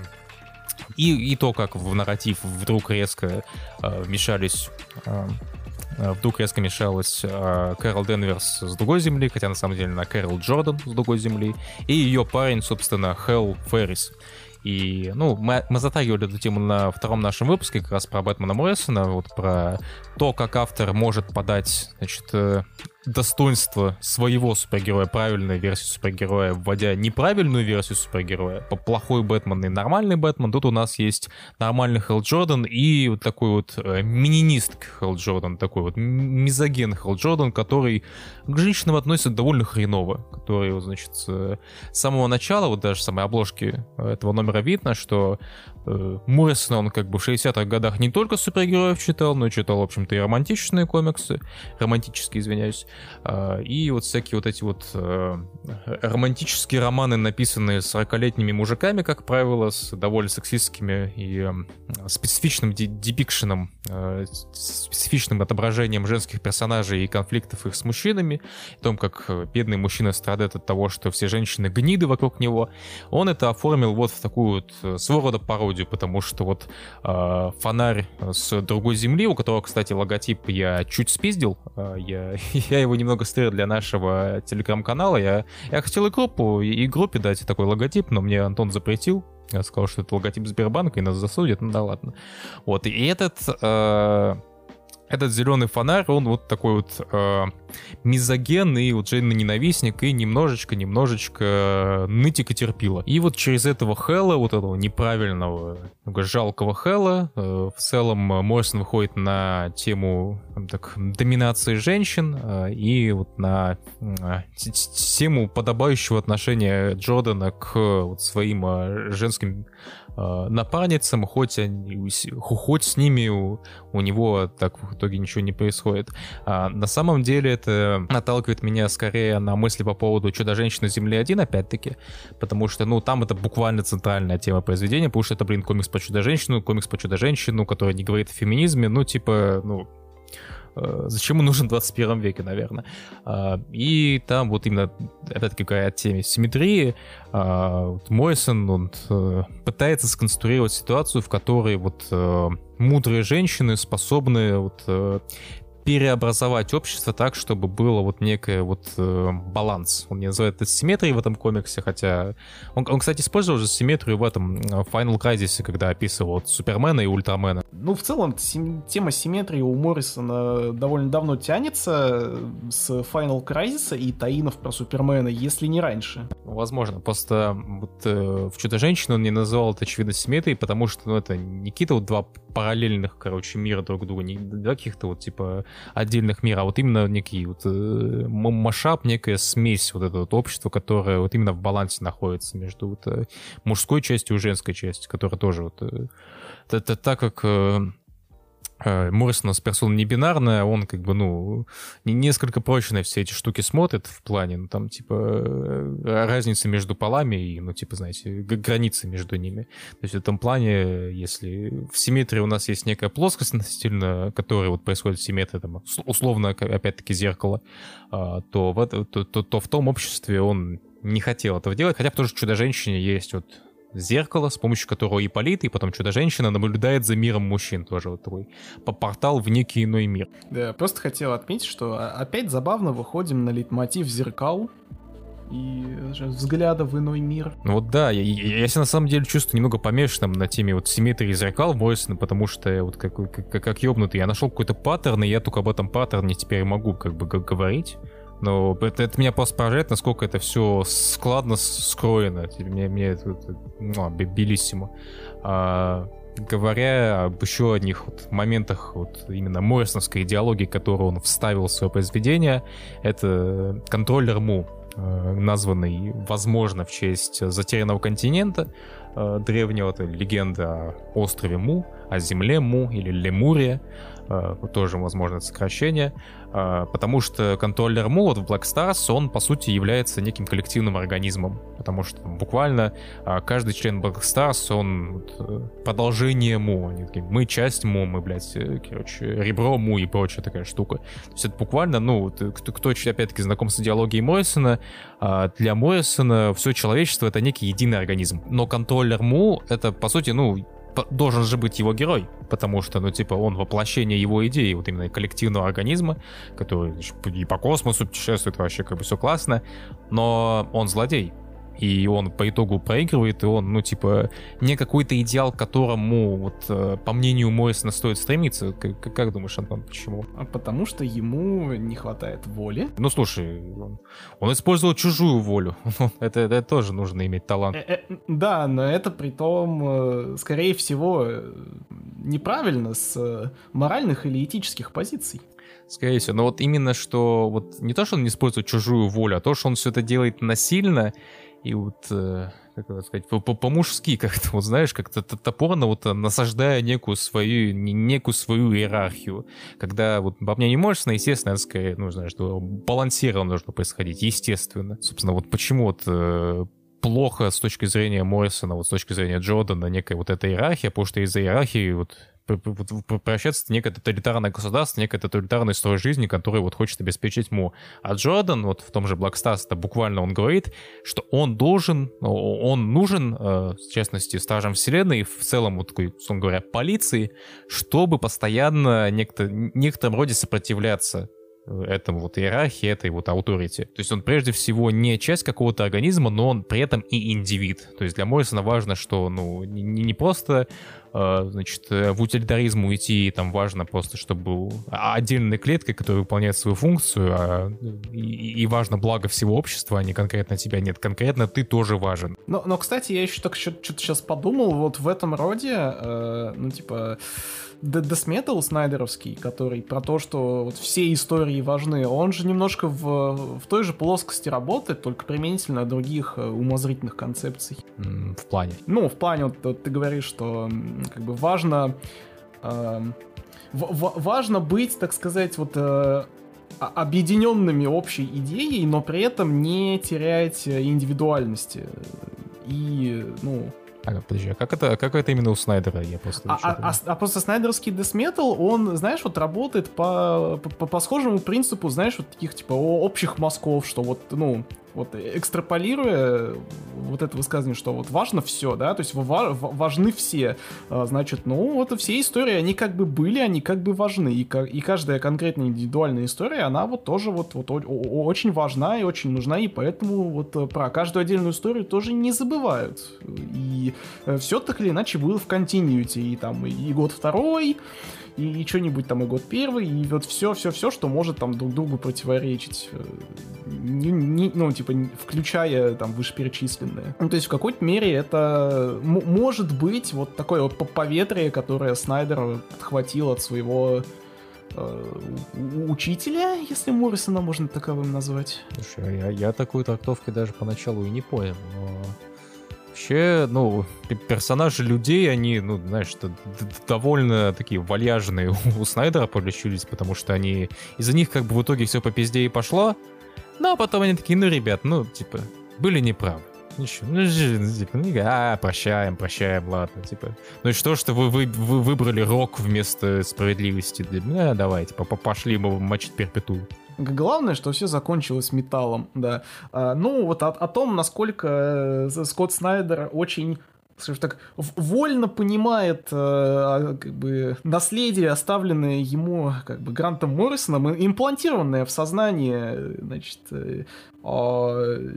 И, и то, как в нарратив вдруг резко э, вмешались, э, вдруг резко мешалась э, Кэрол Денверс с другой земли, хотя на самом деле она Кэрол Джордан с другой земли, и ее парень, собственно, Хэл Феррис. И, ну, мы, мы затрагивали эту тему на втором нашем выпуске, как раз про Бэтмена Моррисона, вот про то, как автор может подать, значит, э, достоинство своего супергероя, правильную версию супергероя, вводя неправильную версию супергероя, плохой Бэтмен и нормальный Бэтмен. Тут у нас есть нормальный Хэл Джордан и вот такой вот э, мининист Хэл Джордан, такой вот мизоген Хэл Джордан, который к женщинам относится довольно хреново, который, значит, с самого начала, вот даже с самой обложки этого номера видно, что э, Моррисон, он как бы в шестидесятых годах не только супергероев читал, но и читал, в общем-то, и романтичные комиксы, романтические, извиняюсь. И вот всякие вот эти вот романтические романы, написанные сорокалетними мужиками, как правило, с довольно сексистскими и специфичным депикшеном, специфичным отображением женских персонажей и конфликтов их с мужчинами, о том, как бедный мужчина страдает от того, что все женщины гниды вокруг него. Он это оформил вот в такую вот своего рода пародию, потому что вот э, фонарь с другой земли, у которого, кстати, логотип я чуть спиздил, э, я, я его немного стрел для нашего телеграм-канала, я, я хотел и группу, и группе дать такой логотип, но мне Антон запретил. Я сказал, что это логотип Сбербанка, и нас засудят, ну да ладно. Вот, и этот... Э, Этот зеленый фонарь, он вот такой вот э, мизогенный, вот женоненавистник и немножечко-немножечко нытик и терпила. И вот через этого Хэлла, вот этого неправильного, жалкого Хэлла, э, в целом Моррисон выходит на тему так, доминации женщин э, и вот на э, тему подобающего отношения Джордана к вот, своим э, женским напарницам, хоть, они, хоть с ними у, у него так в итоге ничего не происходит. А на самом деле это наталкивает меня скорее на мысли по поводу «Чудо-женщины Земли один», опять-таки, потому что, ну, там это буквально центральная тема произведения, потому что это, блин, комикс про Чудо-женщину, комикс про Чудо-женщину, который не говорит о феминизме, ну, типа, ну... Зачем он нужен в двадцать первом веке, наверное. И там вот именно, опять-таки, какая теме симметрии, Моррисон, он пытается сконструировать ситуацию, в которой вот мудрые женщины способны вот переобразовать общество так, чтобы было вот некое вот э, баланс. Он не называет это симметрией в этом комиксе, хотя... Он, он, кстати, использовал же симметрию в этом Final Crisis, когда описывал вот Супермена и Ультрамена. Ну, в целом, сим- тема симметрии у Моррисона довольно давно тянется с Final Crisis и таинов про Супермена, если не раньше. Возможно. Просто вот, э, в «Чудо-женщину» он не называл это, очевидно, симметрией, потому что, ну, это не какие-то вот два параллельных, короче, мира друг другу, не два каких-то вот, типа, отдельных мира, а вот именно некий вот э, машап, некая смесь вот этого вот общества, которое вот именно в балансе находится между вот, э, мужской частью и женской частью, которая тоже вот... Э, это так как... Э, Моррисон у нас персона не бинарная, он как бы, ну, несколько проще на все эти штуки смотрит в плане, ну, там, типа, разницы между полами и, ну, типа, знаете, границы между ними. То есть в этом плане, если в симметрии у нас есть некая плоскость относительно, которая вот происходит в симметрии, там, условно, опять-таки, зеркало, то в, это, то, то, то в том обществе он не хотел этого делать, хотя в той же «Чудо-женщине» есть вот зеркало, с помощью которого Ипполит и потом Чудо-женщина наблюдает за миром мужчин. Тоже вот такой портал в некий иной мир. Да, просто хотел отметить, что опять забавно выходим на лейтмотив зеркал и взгляда в иной мир. Ну вот да, я, я, я себя на самом деле чувствую немного помешанным на теме вот симметрии зеркал Моррисона, потому что я вот как, как, как ёбнутый, я нашел какой-то паттерн, и я только об этом паттерне теперь могу как бы говорить. Но это, это меня просто поражает, насколько это все складно скроено. Мне, мне это, это ну, белиссимо. А, говоря об еще одних вот моментах вот именно моррисоновской идеологии, которую он вставил в свое произведение, это контроллер Му, названный, возможно, в честь затерянного континента древнего, это легенда о острове Му, о земле Му или Лемурия, тоже, возможно, это сокращение, потому что контроллер Му вот в Black Stars, он, по сути, является неким коллективным организмом, потому что буквально каждый член Black Stars, он продолжение Му, они такие, мы часть Му, мы, блядь, короче, ребро Му и прочая такая штука. То есть это буквально, ну, кто, кто опять-таки, знаком с идеологией Моррисона, для Моррисона все человечество — это некий единый организм, но контроллер Му — это, по сути, ну, должен же быть его герой, потому что, ну, типа, он воплощение его идеи, вот именно коллективного организма, который и по космосу путешествует, вообще как бы все классно, но он злодей. И он по итогу проигрывает, и он, ну, типа, не какой-то идеал, к которому, вот, по мнению Моррисона, стоит стремиться. Как, как думаешь, Антон, почему? Потому что ему не хватает воли. Ну, слушай, он, он использовал чужую волю. это, это тоже нужно иметь талант. Да, но это при том, скорее всего, неправильно с моральных или этических позиций. Скорее всего. Но вот именно что... Вот не то, что он не использует чужую волю, а то, что он все это делает насильно, и вот, э, как это сказать, по-мужски как-то, вот знаешь, как-то топорно вот насаждая некую свою, некую свою иерархию. Когда вот по мне не можешь, естественно, скорее, ну, знаешь, что балансированно должно происходить, естественно. Собственно, вот почему вот э, плохо с точки зрения Моррисона, вот с точки зрения Джордана некая вот эта иерархия, потому что из-за иерархии вот превращается в некое тоталитарное государство, некое тоталитарный строй жизни, который вот хочет обеспечить ему. А Джордан, вот в том же Black Stars, это буквально он говорит, что он должен, он нужен, в частности, стражам вселенной и в целом, вот такой, условно говоря, полиции, чтобы постоянно некто, в некотором роде сопротивляться этому вот иерархии, этой вот authority. То есть он прежде всего не часть какого-то организма, но он при этом и индивид. То есть для Моррисона важно, что, ну, не, не просто э, значит, в утилитаризм уйти, там важно просто, чтобы отдельной клеткой, которая выполняет свою функцию, а, и, и важно благо всего общества, а не конкретно тебя. Нет, конкретно ты тоже важен. Но, но кстати, я еще так что-то сейчас подумал, вот в этом роде, э, ну, типа... Death Metal снайдеровский, который про то, что вот все истории важны, он же немножко в, в той же плоскости работает, только применительно других умозрительных концепций. Mm, в плане? Ну, в плане, вот, вот ты говоришь, что как бы важно э, в, важно быть, так сказать, вот э, объединенными общей идеей, но при этом не терять индивидуальности. И, ну... А, подожди, а как это, как это именно у Снайдера? Я просто а, а, а, а просто снайдеровский Death Metal, он, знаешь, вот работает по, по, по схожему принципу, знаешь, вот таких, типа, общих мазков, что вот, ну, вот экстраполируя вот это высказывание, что вот важно все, да, то есть ва- важны все, значит, ну, вот все истории, они как бы были, они как бы важны, и, и каждая конкретная индивидуальная история, она вот тоже вот, вот очень важна и очень нужна, и поэтому вот про каждую отдельную историю тоже не забывают, и все так или иначе было в континьюти, и там и год второй, и, и что-нибудь там и год первый, и вот все-все-все, что может там друг другу противоречить, не, не, ну, типа, включая там вышеперечисленные. Ну, то есть в какой-то мере это м- может быть вот такое вот поветрие, которое Снайдер подхватил от своего э, учителя, если Моррисона можно таковым назвать. Слушай, я, я такой трактовки даже поначалу и не понял, но... Вообще, ну, персонажи людей, они, ну, знаешь, довольно такие вальяжные у Снайдера получились, потому что они... Из-за них как бы в итоге все по пизде и пошло, ну, а потом они такие, ну, ребят, ну, типа, были неправы. Ничего, ну, типа, ну, а, прощаем, прощаем, ладно, типа. Ну и что, что вы, вы, вы выбрали рок вместо справедливости? Ну, давайте, пошли мы мочить перпетую. Главное, что все закончилось металлом, да. А, ну, вот о, о том, насколько Скотт Снайдер очень, скажем так, вольно понимает э, как бы наследие, оставленное ему как бы Грантом Моррисоном, имплантированное в сознание, значит, э, э,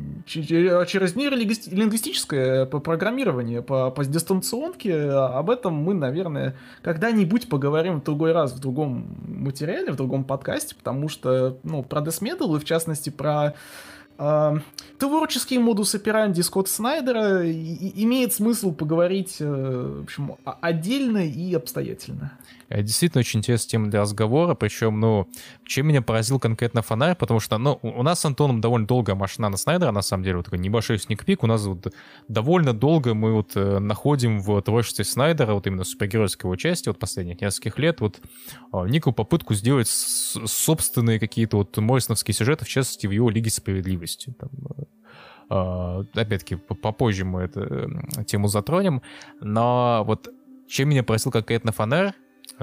через нейролингвистическое программирование по, по дистанционке. Об этом мы, наверное, когда-нибудь поговорим в другой раз, в другом материале, в другом подкасте, потому что, ну, про Death Metal и, в частности, про Uh, творческий модус операнди Скотта Снайдера и, и, имеет смысл поговорить, uh, в общем, отдельно и обстоятельно. Действительно очень интересная тема для разговора, причем, ну, чем меня поразил конкретно фонарь, потому что, ну, у нас с Антоном довольно долго машина на Снайдера, на самом деле, вот такой небольшой сникпик, у нас вот довольно долго мы вот э, находим в творчестве Снайдера, вот именно супергеройской его части, вот последних нескольких лет, вот э, некую попытку сделать с- собственные какие-то вот моррисоновские сюжеты, в частности, в его Лиге Справедливости. Там, э, э, опять-таки, попозже мы эту э, тему затронем, но вот чем меня поразил конкретно фонарь,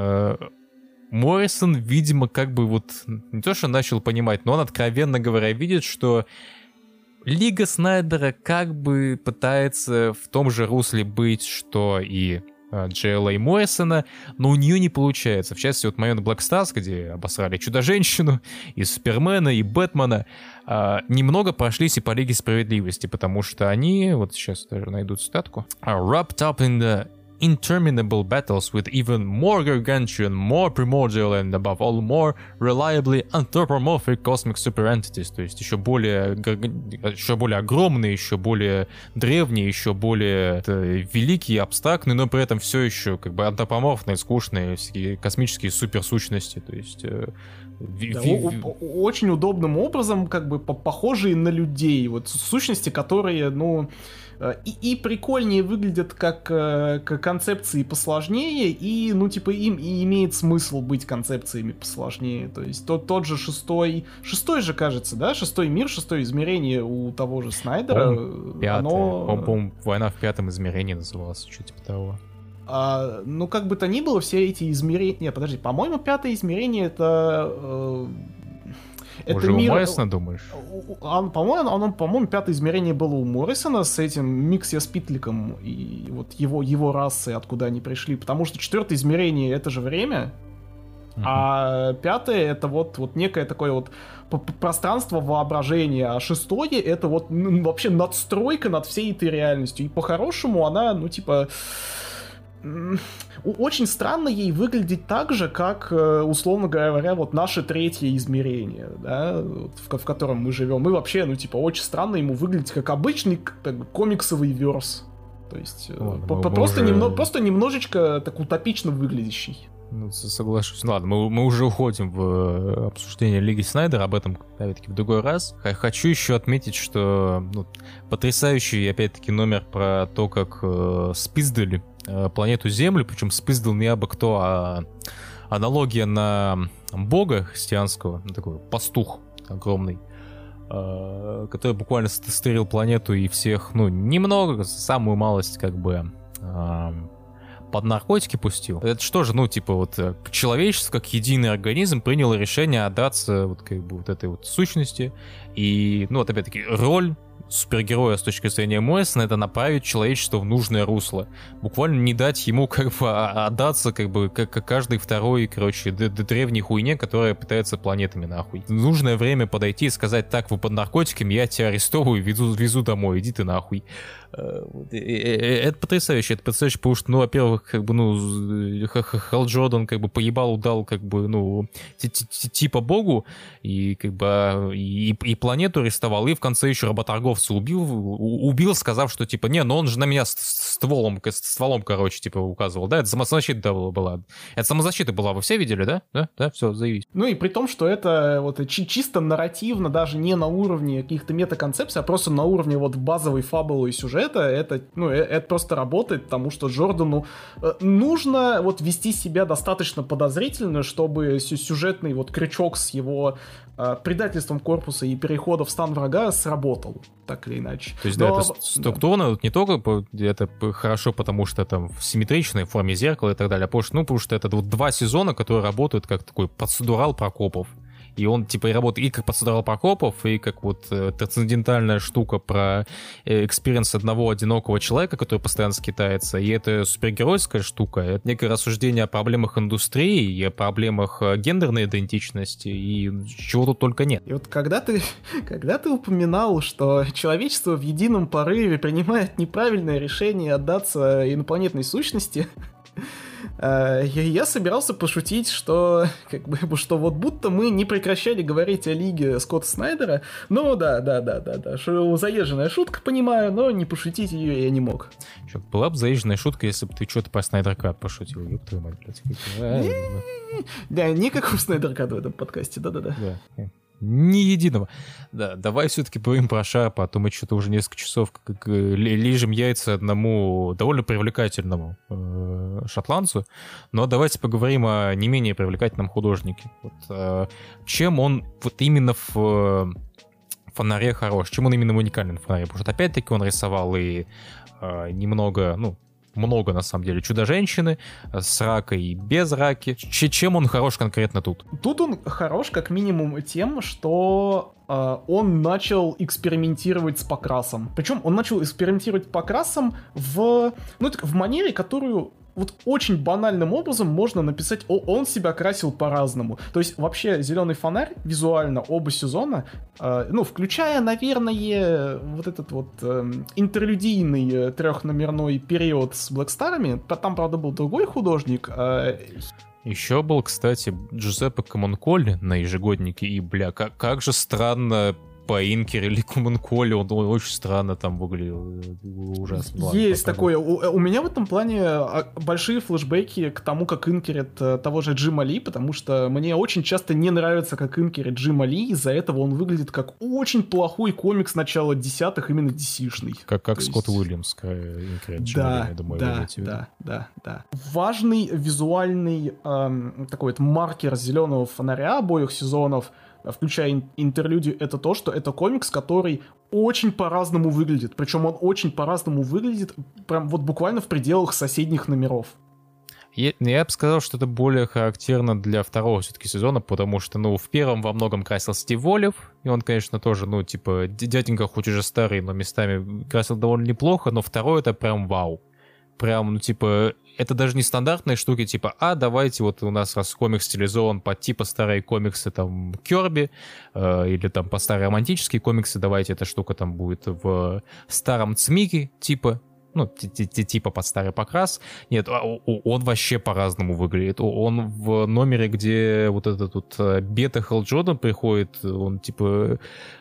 Моррисон, видимо, как бы вот не то, что начал понимать, но он, откровенно говоря, видит, что Лига Снайдера как бы пытается в том же русле быть, что и Джей Эл Эй Моррисона, но у нее не получается. В частности, вот момент Black Stars, где обосрали Чудо-женщину, и Супермена, и Бэтмена, немного прошлись и по Лиге Справедливости, потому что они, вот сейчас даже найду цитатку, wrapped up in the interminable battles with even more gargantuan, more primordial and above all more reliably anthropomorphic cosmic superentities, то есть еще более, еще более огромные, еще более древние, еще более это, великие, абстрактные, но при этом все еще как бы антропоморфные, скучные всякие космические суперсущности, то есть э, да, ви- ви- очень удобным образом как бы похожие на людей, вот сущности, которые, ну, И, и прикольнее выглядят как, как концепции посложнее, и, ну, типа, им и имеет смысл быть концепциями посложнее. То есть тот, тот же шестой... Шестой же, кажется, да? Шестой мир, шестое измерение у того же Снайдера. Пятое. Оно... По-моему, «Война в пятом измерении» называлась, что типа того. А, ну, как бы то ни было, все эти измерения... Нет, подожди, по-моему, пятое измерение это... Э... Это Уже мир... у Моррисона, думаешь? Он, по-моему, он, по-моему, пятое измерение было у Моррисона с этим Миксия Спитликом и вот его, его расы, откуда они пришли. Потому что четвертое измерение — это же время, uh-huh. а пятое — это вот, вот некое такое вот пространство воображения, а шестое — это вот ну, вообще надстройка над всей этой реальностью. И по-хорошему она, ну, типа... Очень странно ей выглядеть так же, как, условно говоря, вот наше третье измерение, да, в, в котором мы живем. И вообще, ну, типа, очень странно ему выглядеть как обычный так, комиксовый верс. То есть, Ладно, по- мы, просто, мы уже... немно, просто немножечко так утопично выглядящий. Ну, соглашусь. Ладно, мы, мы уже уходим в обсуждение Лиги Снайдера, об этом, опять-таки, в другой раз. Хочу еще отметить, что ну, потрясающий, опять-таки, номер про то, как э, спиздили планету Землю, причем спиздил не абы кто, а аналогия на бога христианского, такой пастух огромный, который буквально стырил планету и всех, ну, немного, самую малость, как бы, под наркотики пустил. Это что же, ну, типа, вот, человечество, как единый организм, приняло решение отдаться, вот, как бы, вот этой вот сущности, и, ну, вот, опять-таки, роль супергероя с точки зрения Моррисона — это направить человечество в нужное русло. Буквально не дать ему как бы отдаться как бы как каждый второй, короче, д- д- древней хуйне, которая пытается планетами нахуй. В нужное время подойти и сказать: так, вы под наркотиками, я тебя арестовываю, везу, везу домой, иди ты нахуй. Это потрясающе, это потрясающе, потому что, ну, во-первых, как бы, ну, Хал Джордан как бы поебал, дал, как бы, ну, типа богу, и как бы и, и планету арестовал, и в конце еще работорговца убил, убил, сказав, что, типа, не, ну он же на меня стволом, стволом, короче, типа, указывал, да, это самозащита была. Это самозащита была, вы все видели, да? Да, да, все, заявись. Ну и при том, что это вот чисто нарративно, даже не на уровне каких-то метаконцепций, а просто на уровне вот базовой фабулы и сюжета, это, ну, это просто работает, потому что Джордану нужно вот вести себя достаточно подозрительно, чтобы сюжетный вот крючок с его э, предательством корпуса и перехода в стан врага сработал, так или иначе. То есть, Но, да, это структурно, да. Не только это хорошо, потому что там в симметричной форме зеркала и так далее, а потому что, ну, потому что это вот два сезона, которые работают как такой процедурал Прокопов. И он, типа, и работает и как процедурал Прокопов, и как вот э, трансцендентальная штука про э, экспириенс одного одинокого человека, который постоянно скитается. И это супергеройская штука, это некое рассуждение о проблемах индустрии, и о проблемах гендерной идентичности, и чего тут только нет. И вот когда ты, когда ты упоминал, что человечество в едином порыве принимает неправильное решение отдаться инопланетной сущности... Я собирался пошутить, что как бы, что вот будто мы не прекращали говорить о Лиге Скотта Снайдера. Ну да, да, да, да, да. Заезженная шутка, понимаю, но не пошутить ее я не мог. Чё, была бы заезженная шутка, если бы ты что-то по Снайдер Кат пошутил. Ёб твою мать, блядь. Да, никакого Снайдер Кат в этом подкасте, да-да-да. Ни единого. Да, давай все-таки поговорим про Шарпа, а то мы что-то уже несколько часов как лижем яйца одному довольно привлекательному э, шотландцу. Но давайте поговорим о не менее привлекательном художнике. Вот, э, чем он вот именно в э, фонаре хорош, чем он именно уникален в фонаре. Потому что опять-таки он рисовал и э, немного, ну, много, на самом деле, Чудо-женщины, с ракой и без раки. Ч- чем он хорош конкретно тут? Тут он хорош как минимум тем, что э, он начал экспериментировать с покрасом. Причем он начал экспериментировать покрасом в, ну, в манере, которую вот очень банальным образом можно написать, о, он себя красил по-разному. То есть вообще «Зеленый фонарь» визуально оба сезона, э, ну, включая, наверное, вот этот вот э, интерлюдийный э, трехномерной период с Блэкстарами, там, правда, был другой художник. Э, Еще был, кстати, Джузеппе Камонколе на ежегоднике, и, бля, как, как же странно по Инкере или Камонколе, он, он очень странно там выглядел, ужасно. Ладно, есть покажу. такое. У, у меня в этом плане большие флешбеки к тому, как инкерит того же Джима Ли, потому что мне очень часто не нравится, как инкерит Джима Ли, из-за этого он выглядит как очень плохой комикс начала десятых, именно ди си-шный. Как, как То Скотт есть... Уильямс, инкерит Джима Да, Ли, я думаю, да, вы имеете в виду. да, да, да. Важный визуальный эм, такой вот маркер «Зеленого фонаря» обоих сезонов, включая интерлюдию, это то, что это комикс, который очень по-разному выглядит. Причем он очень по-разному выглядит, прям вот буквально в пределах соседних номеров. Я, я бы сказал, что это более характерно для второго все-таки сезона, потому что, ну, в первом во многом красил Стив Олив, и он, конечно, тоже, ну, типа, дяденька хоть уже старый, но местами красил довольно неплохо, но второй это прям вау. Прям, ну, типа, это даже не стандартные штуки, типа, а, давайте, вот у нас раз комикс стилизован под типа старые комиксы, там, Кёрби, э, или там по старые романтические комиксы, давайте эта штука там будет в старом Цмике, типа, ну, типа под старый покрас. Нет, он вообще по-разному выглядит. Он в номере, где вот этот вот бета Хелл Джордан приходит, он, типа,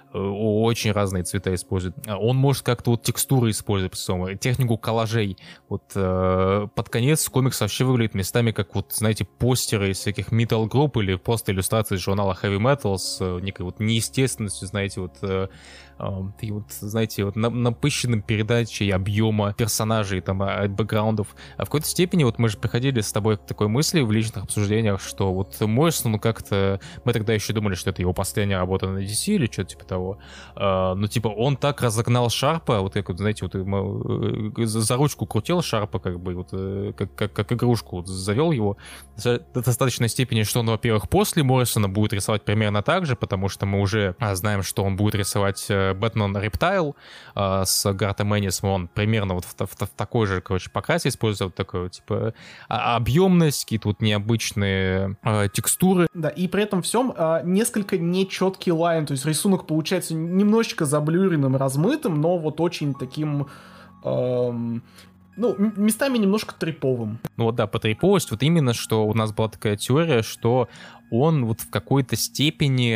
очень разные цвета использует. Он может как-то вот текстуры использовать, технику коллажей. Вот э, под конец комикс вообще выглядит местами как вот, знаете, постеры из всяких метал-групп или просто иллюстрации из журнала Heavy Metal с некой вот неестественностью, знаете, вот, э, э, и вот знаете, вот на, напыщенным передачей объема персонажей, там, от бэкграундов. А в какой-то степени вот мы же приходили с тобой к такой мысли в личных обсуждениях, что вот Моррисон, ну как-то... Мы тогда еще думали, что это его последняя работа на ди си или что-то типа того. Uh, ну, типа, он так разогнал Шарпа, вот как вот, знаете, вот uh, за ручку крутил Шарпа, как бы, вот, uh, как, как, как игрушку, вот, завел его до достаточной степени, что он, во-первых, после Моррисона будет рисовать примерно так же, потому что мы уже uh, знаем, что он будет рисовать Бэтмен Рептайл uh, с Гартом Эннисом, он примерно вот в, в, в такой же, короче, покрасе использует, вот такой, типа, объемность, какие-то вот необычные uh, текстуры. Да, и при этом всем uh, несколько нечеткий лайн, то есть рисунок получается немножечко заблюренным, размытым, но вот очень таким, эм, ну, местами немножко триповым. Ну вот да, по триповость, вот именно, что у нас была такая теория, что он вот в какой-то степени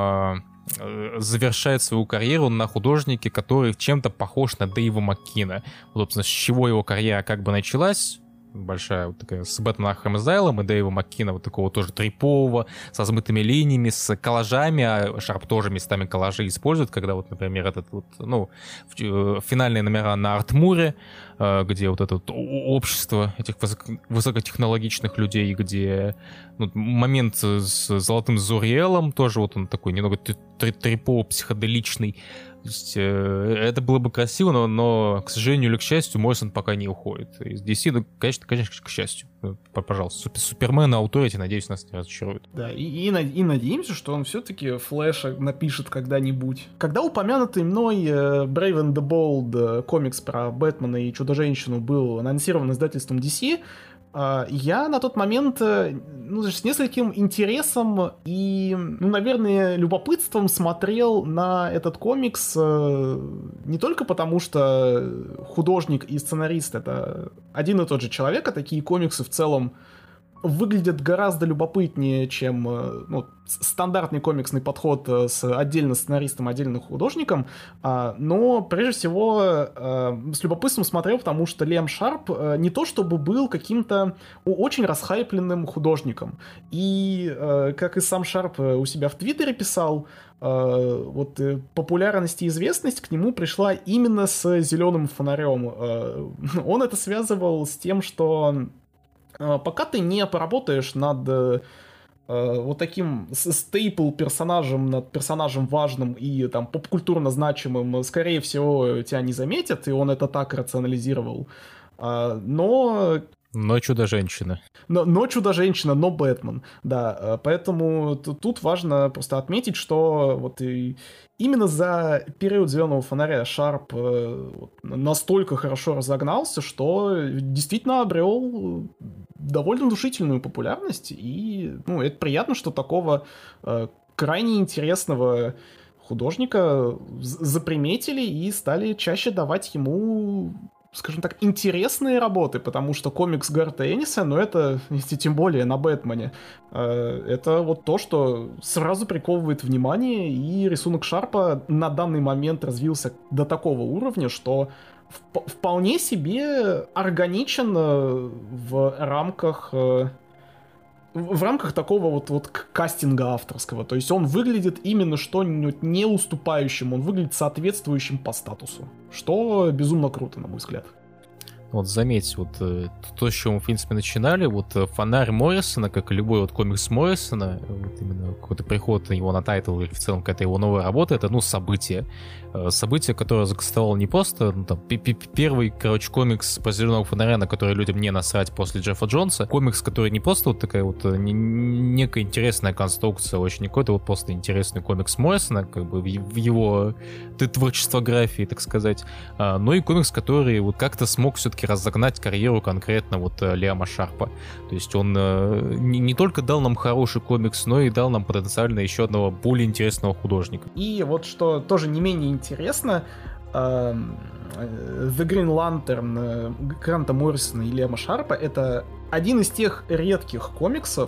э, завершает свою карьеру на художнике, который чем-то похож на Дэйва Маккина. Вот, собственно, с чего его карьера как бы началась, большая вот такая, с Бэтменом Архем Азайлом и Дэйва Маккина, вот такого тоже трипового, со размытыми линиями, с коллажами, а Шарп тоже местами коллажи использует, когда вот, например, этот вот, ну, финальные номера на Артмуре, где вот это вот общество этих высоко- высокотехнологичных людей, где ну, момент с Золотым Зуриэлом тоже вот он такой немного трипово-психоделичный. То есть, э, это было бы красиво, но, но, к сожалению или к счастью, Моррисон пока не уходит. Из ди си, ну, конечно, конечно, к счастью. Пожалуйста, Супер, Супермен и Authority, надеюсь, нас не разочарует. Да, и, и, и надеемся, что он все-таки Флэша напишет когда-нибудь. Когда упомянутый мной э, Brave and the Bold э, комикс про Бэтмена и Чудо-женщину был анонсирован издательством ди си, я на тот момент ну, с нескольким интересом и, ну, наверное, любопытством смотрел на этот комикс не только потому, что художник и сценарист — это один и тот же человек, а такие комиксы в целом выглядят гораздо любопытнее, чем ну, стандартный комиксный подход с отдельно сценаристом, отдельно художником, но прежде всего с любопытством смотрел, потому что Лиам Шарп не то чтобы был каким-то очень расхайпленным художником. И, как и сам Шарп у себя в Твиттере писал, вот популярность и известность к нему пришла именно с «Зеленым фонарем». Он это связывал с тем, что пока ты не поработаешь над э, вот таким стейпл персонажем, над персонажем важным и там поп-культурно значимым, скорее всего, тебя не заметят, и он это так рационализировал. А, но... Но Чудо-женщина. Но, но Чудо-женщина, но Бэтмен. Да, поэтому тут важно просто отметить, что вот и именно за период Зеленого фонаря Шарп настолько хорошо разогнался, что действительно обрел довольно внушительную популярность. И ну, это приятно, что такого крайне интересного художника заприметили и стали чаще давать ему, скажем так, интересные работы, потому что комикс Гарта Энниса, ну это, если тем более на Бэтмене, это вот то, что сразу приковывает внимание, и рисунок Шарпа на данный момент развился до такого уровня, что вполне себе органичен в рамках... в рамках такого вот, вот кастинга авторского. То есть он выглядит именно что не уступающим, он выглядит соответствующим по статусу. Что безумно круто, на мой взгляд. Вот заметьте, вот то, с чего мы, в принципе, начинали, вот фонарь Моррисона, как и любой вот комикс Моррисона, вот именно какой-то приход на него на тайтл или в целом какая-то его новая работа, это, ну, событие. Событие, которое закастовало не просто, ну, там, первый, короче, комикс про Зеленого фонаря, на который людям не насрать после Джеффа Джонса. Комикс, который не просто вот такая вот некая интересная конструкция, очень не какой-то вот просто интересный комикс Моррисона, как бы в его творчествографии, так сказать, но и комикс, который вот как-то смог все-таки разогнать карьеру конкретно вот Лиама Шарпа. То есть он не, не только дал нам хороший комикс, но и дал нам потенциально еще одного более интересного художника. И вот что тоже не менее интересно, The Green Lantern Гранта Моррисона и Лиама Шарпа — это один из тех редких комиксов,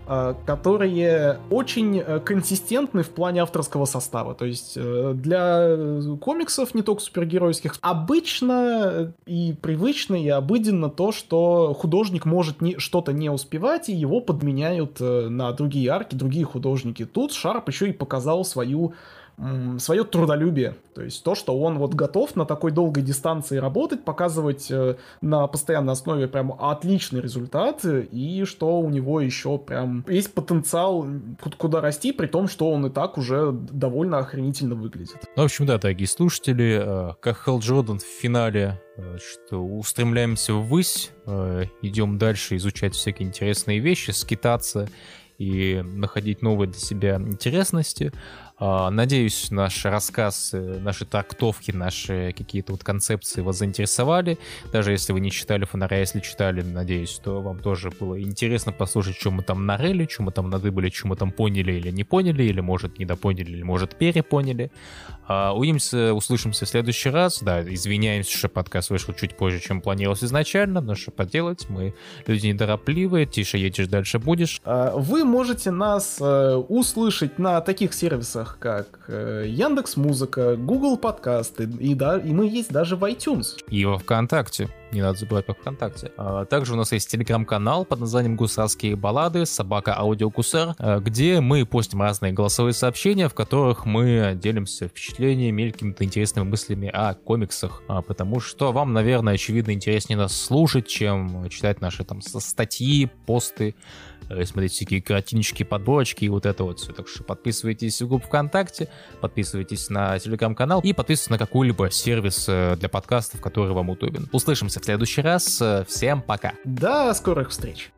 которые очень консистентны в плане авторского состава. То есть для комиксов, не только супергеройских, обычно и привычно, и обыденно то, что художник может не, что-то не успевать, и его подменяют на другие арки, другие художники. Тут Шарп еще и показал свою свое трудолюбие, то есть то, что он вот готов на такой долгой дистанции работать, показывать э, на постоянной основе прям отличный результат, и что у него еще прям есть потенциал куда расти, при том, что он и так уже довольно охренительно выглядит. Ну, в общем, да, дорогие слушатели, э, как Хал Джордан в финале, э, что устремляемся ввысь, э, идем дальше изучать всякие интересные вещи, скитаться и находить новые для себя интересности. Надеюсь, наш рассказ, наши трактовки, наши какие-то вот концепции вас заинтересовали. Даже если вы не читали «Фонаря», если читали, надеюсь, то вам тоже было интересно послушать, что мы там нарыли, что мы там надыбали, что мы там поняли или не поняли, или, может, недопоняли, или, может, перепоняли. Увидимся, услышимся в следующий раз. Да, извиняемся, что подкаст вышел чуть позже, чем планировалось изначально, но что поделать, мы люди неторопливые, тише едешь, дальше будешь. Вы можете нас услышать на таких сервисах, как Яндекс.Музыка, Google Подкасты, и, да, и мы есть даже в iTunes. И во ВКонтакте. Не надо забывать про ВКонтакте. А также у нас есть телеграм-канал под названием «Гусарские баллады», собака аудиогусар, где мы постим разные голосовые сообщения, в которых мы делимся впечатлениями или какими-то интересными мыслями о комиксах. А потому что вам, наверное, очевидно, интереснее нас слушать, чем читать наши там статьи, посты, смотреть всякие картиночки, подборочки и вот это вот все. Так что подписывайтесь в группу ВКонтакте, подписывайтесь на телеграм-канал и подписывайтесь на какой-либо сервис для подкастов, который вам удобен. Услышимся в следующий раз. Всем пока. До скорых встреч.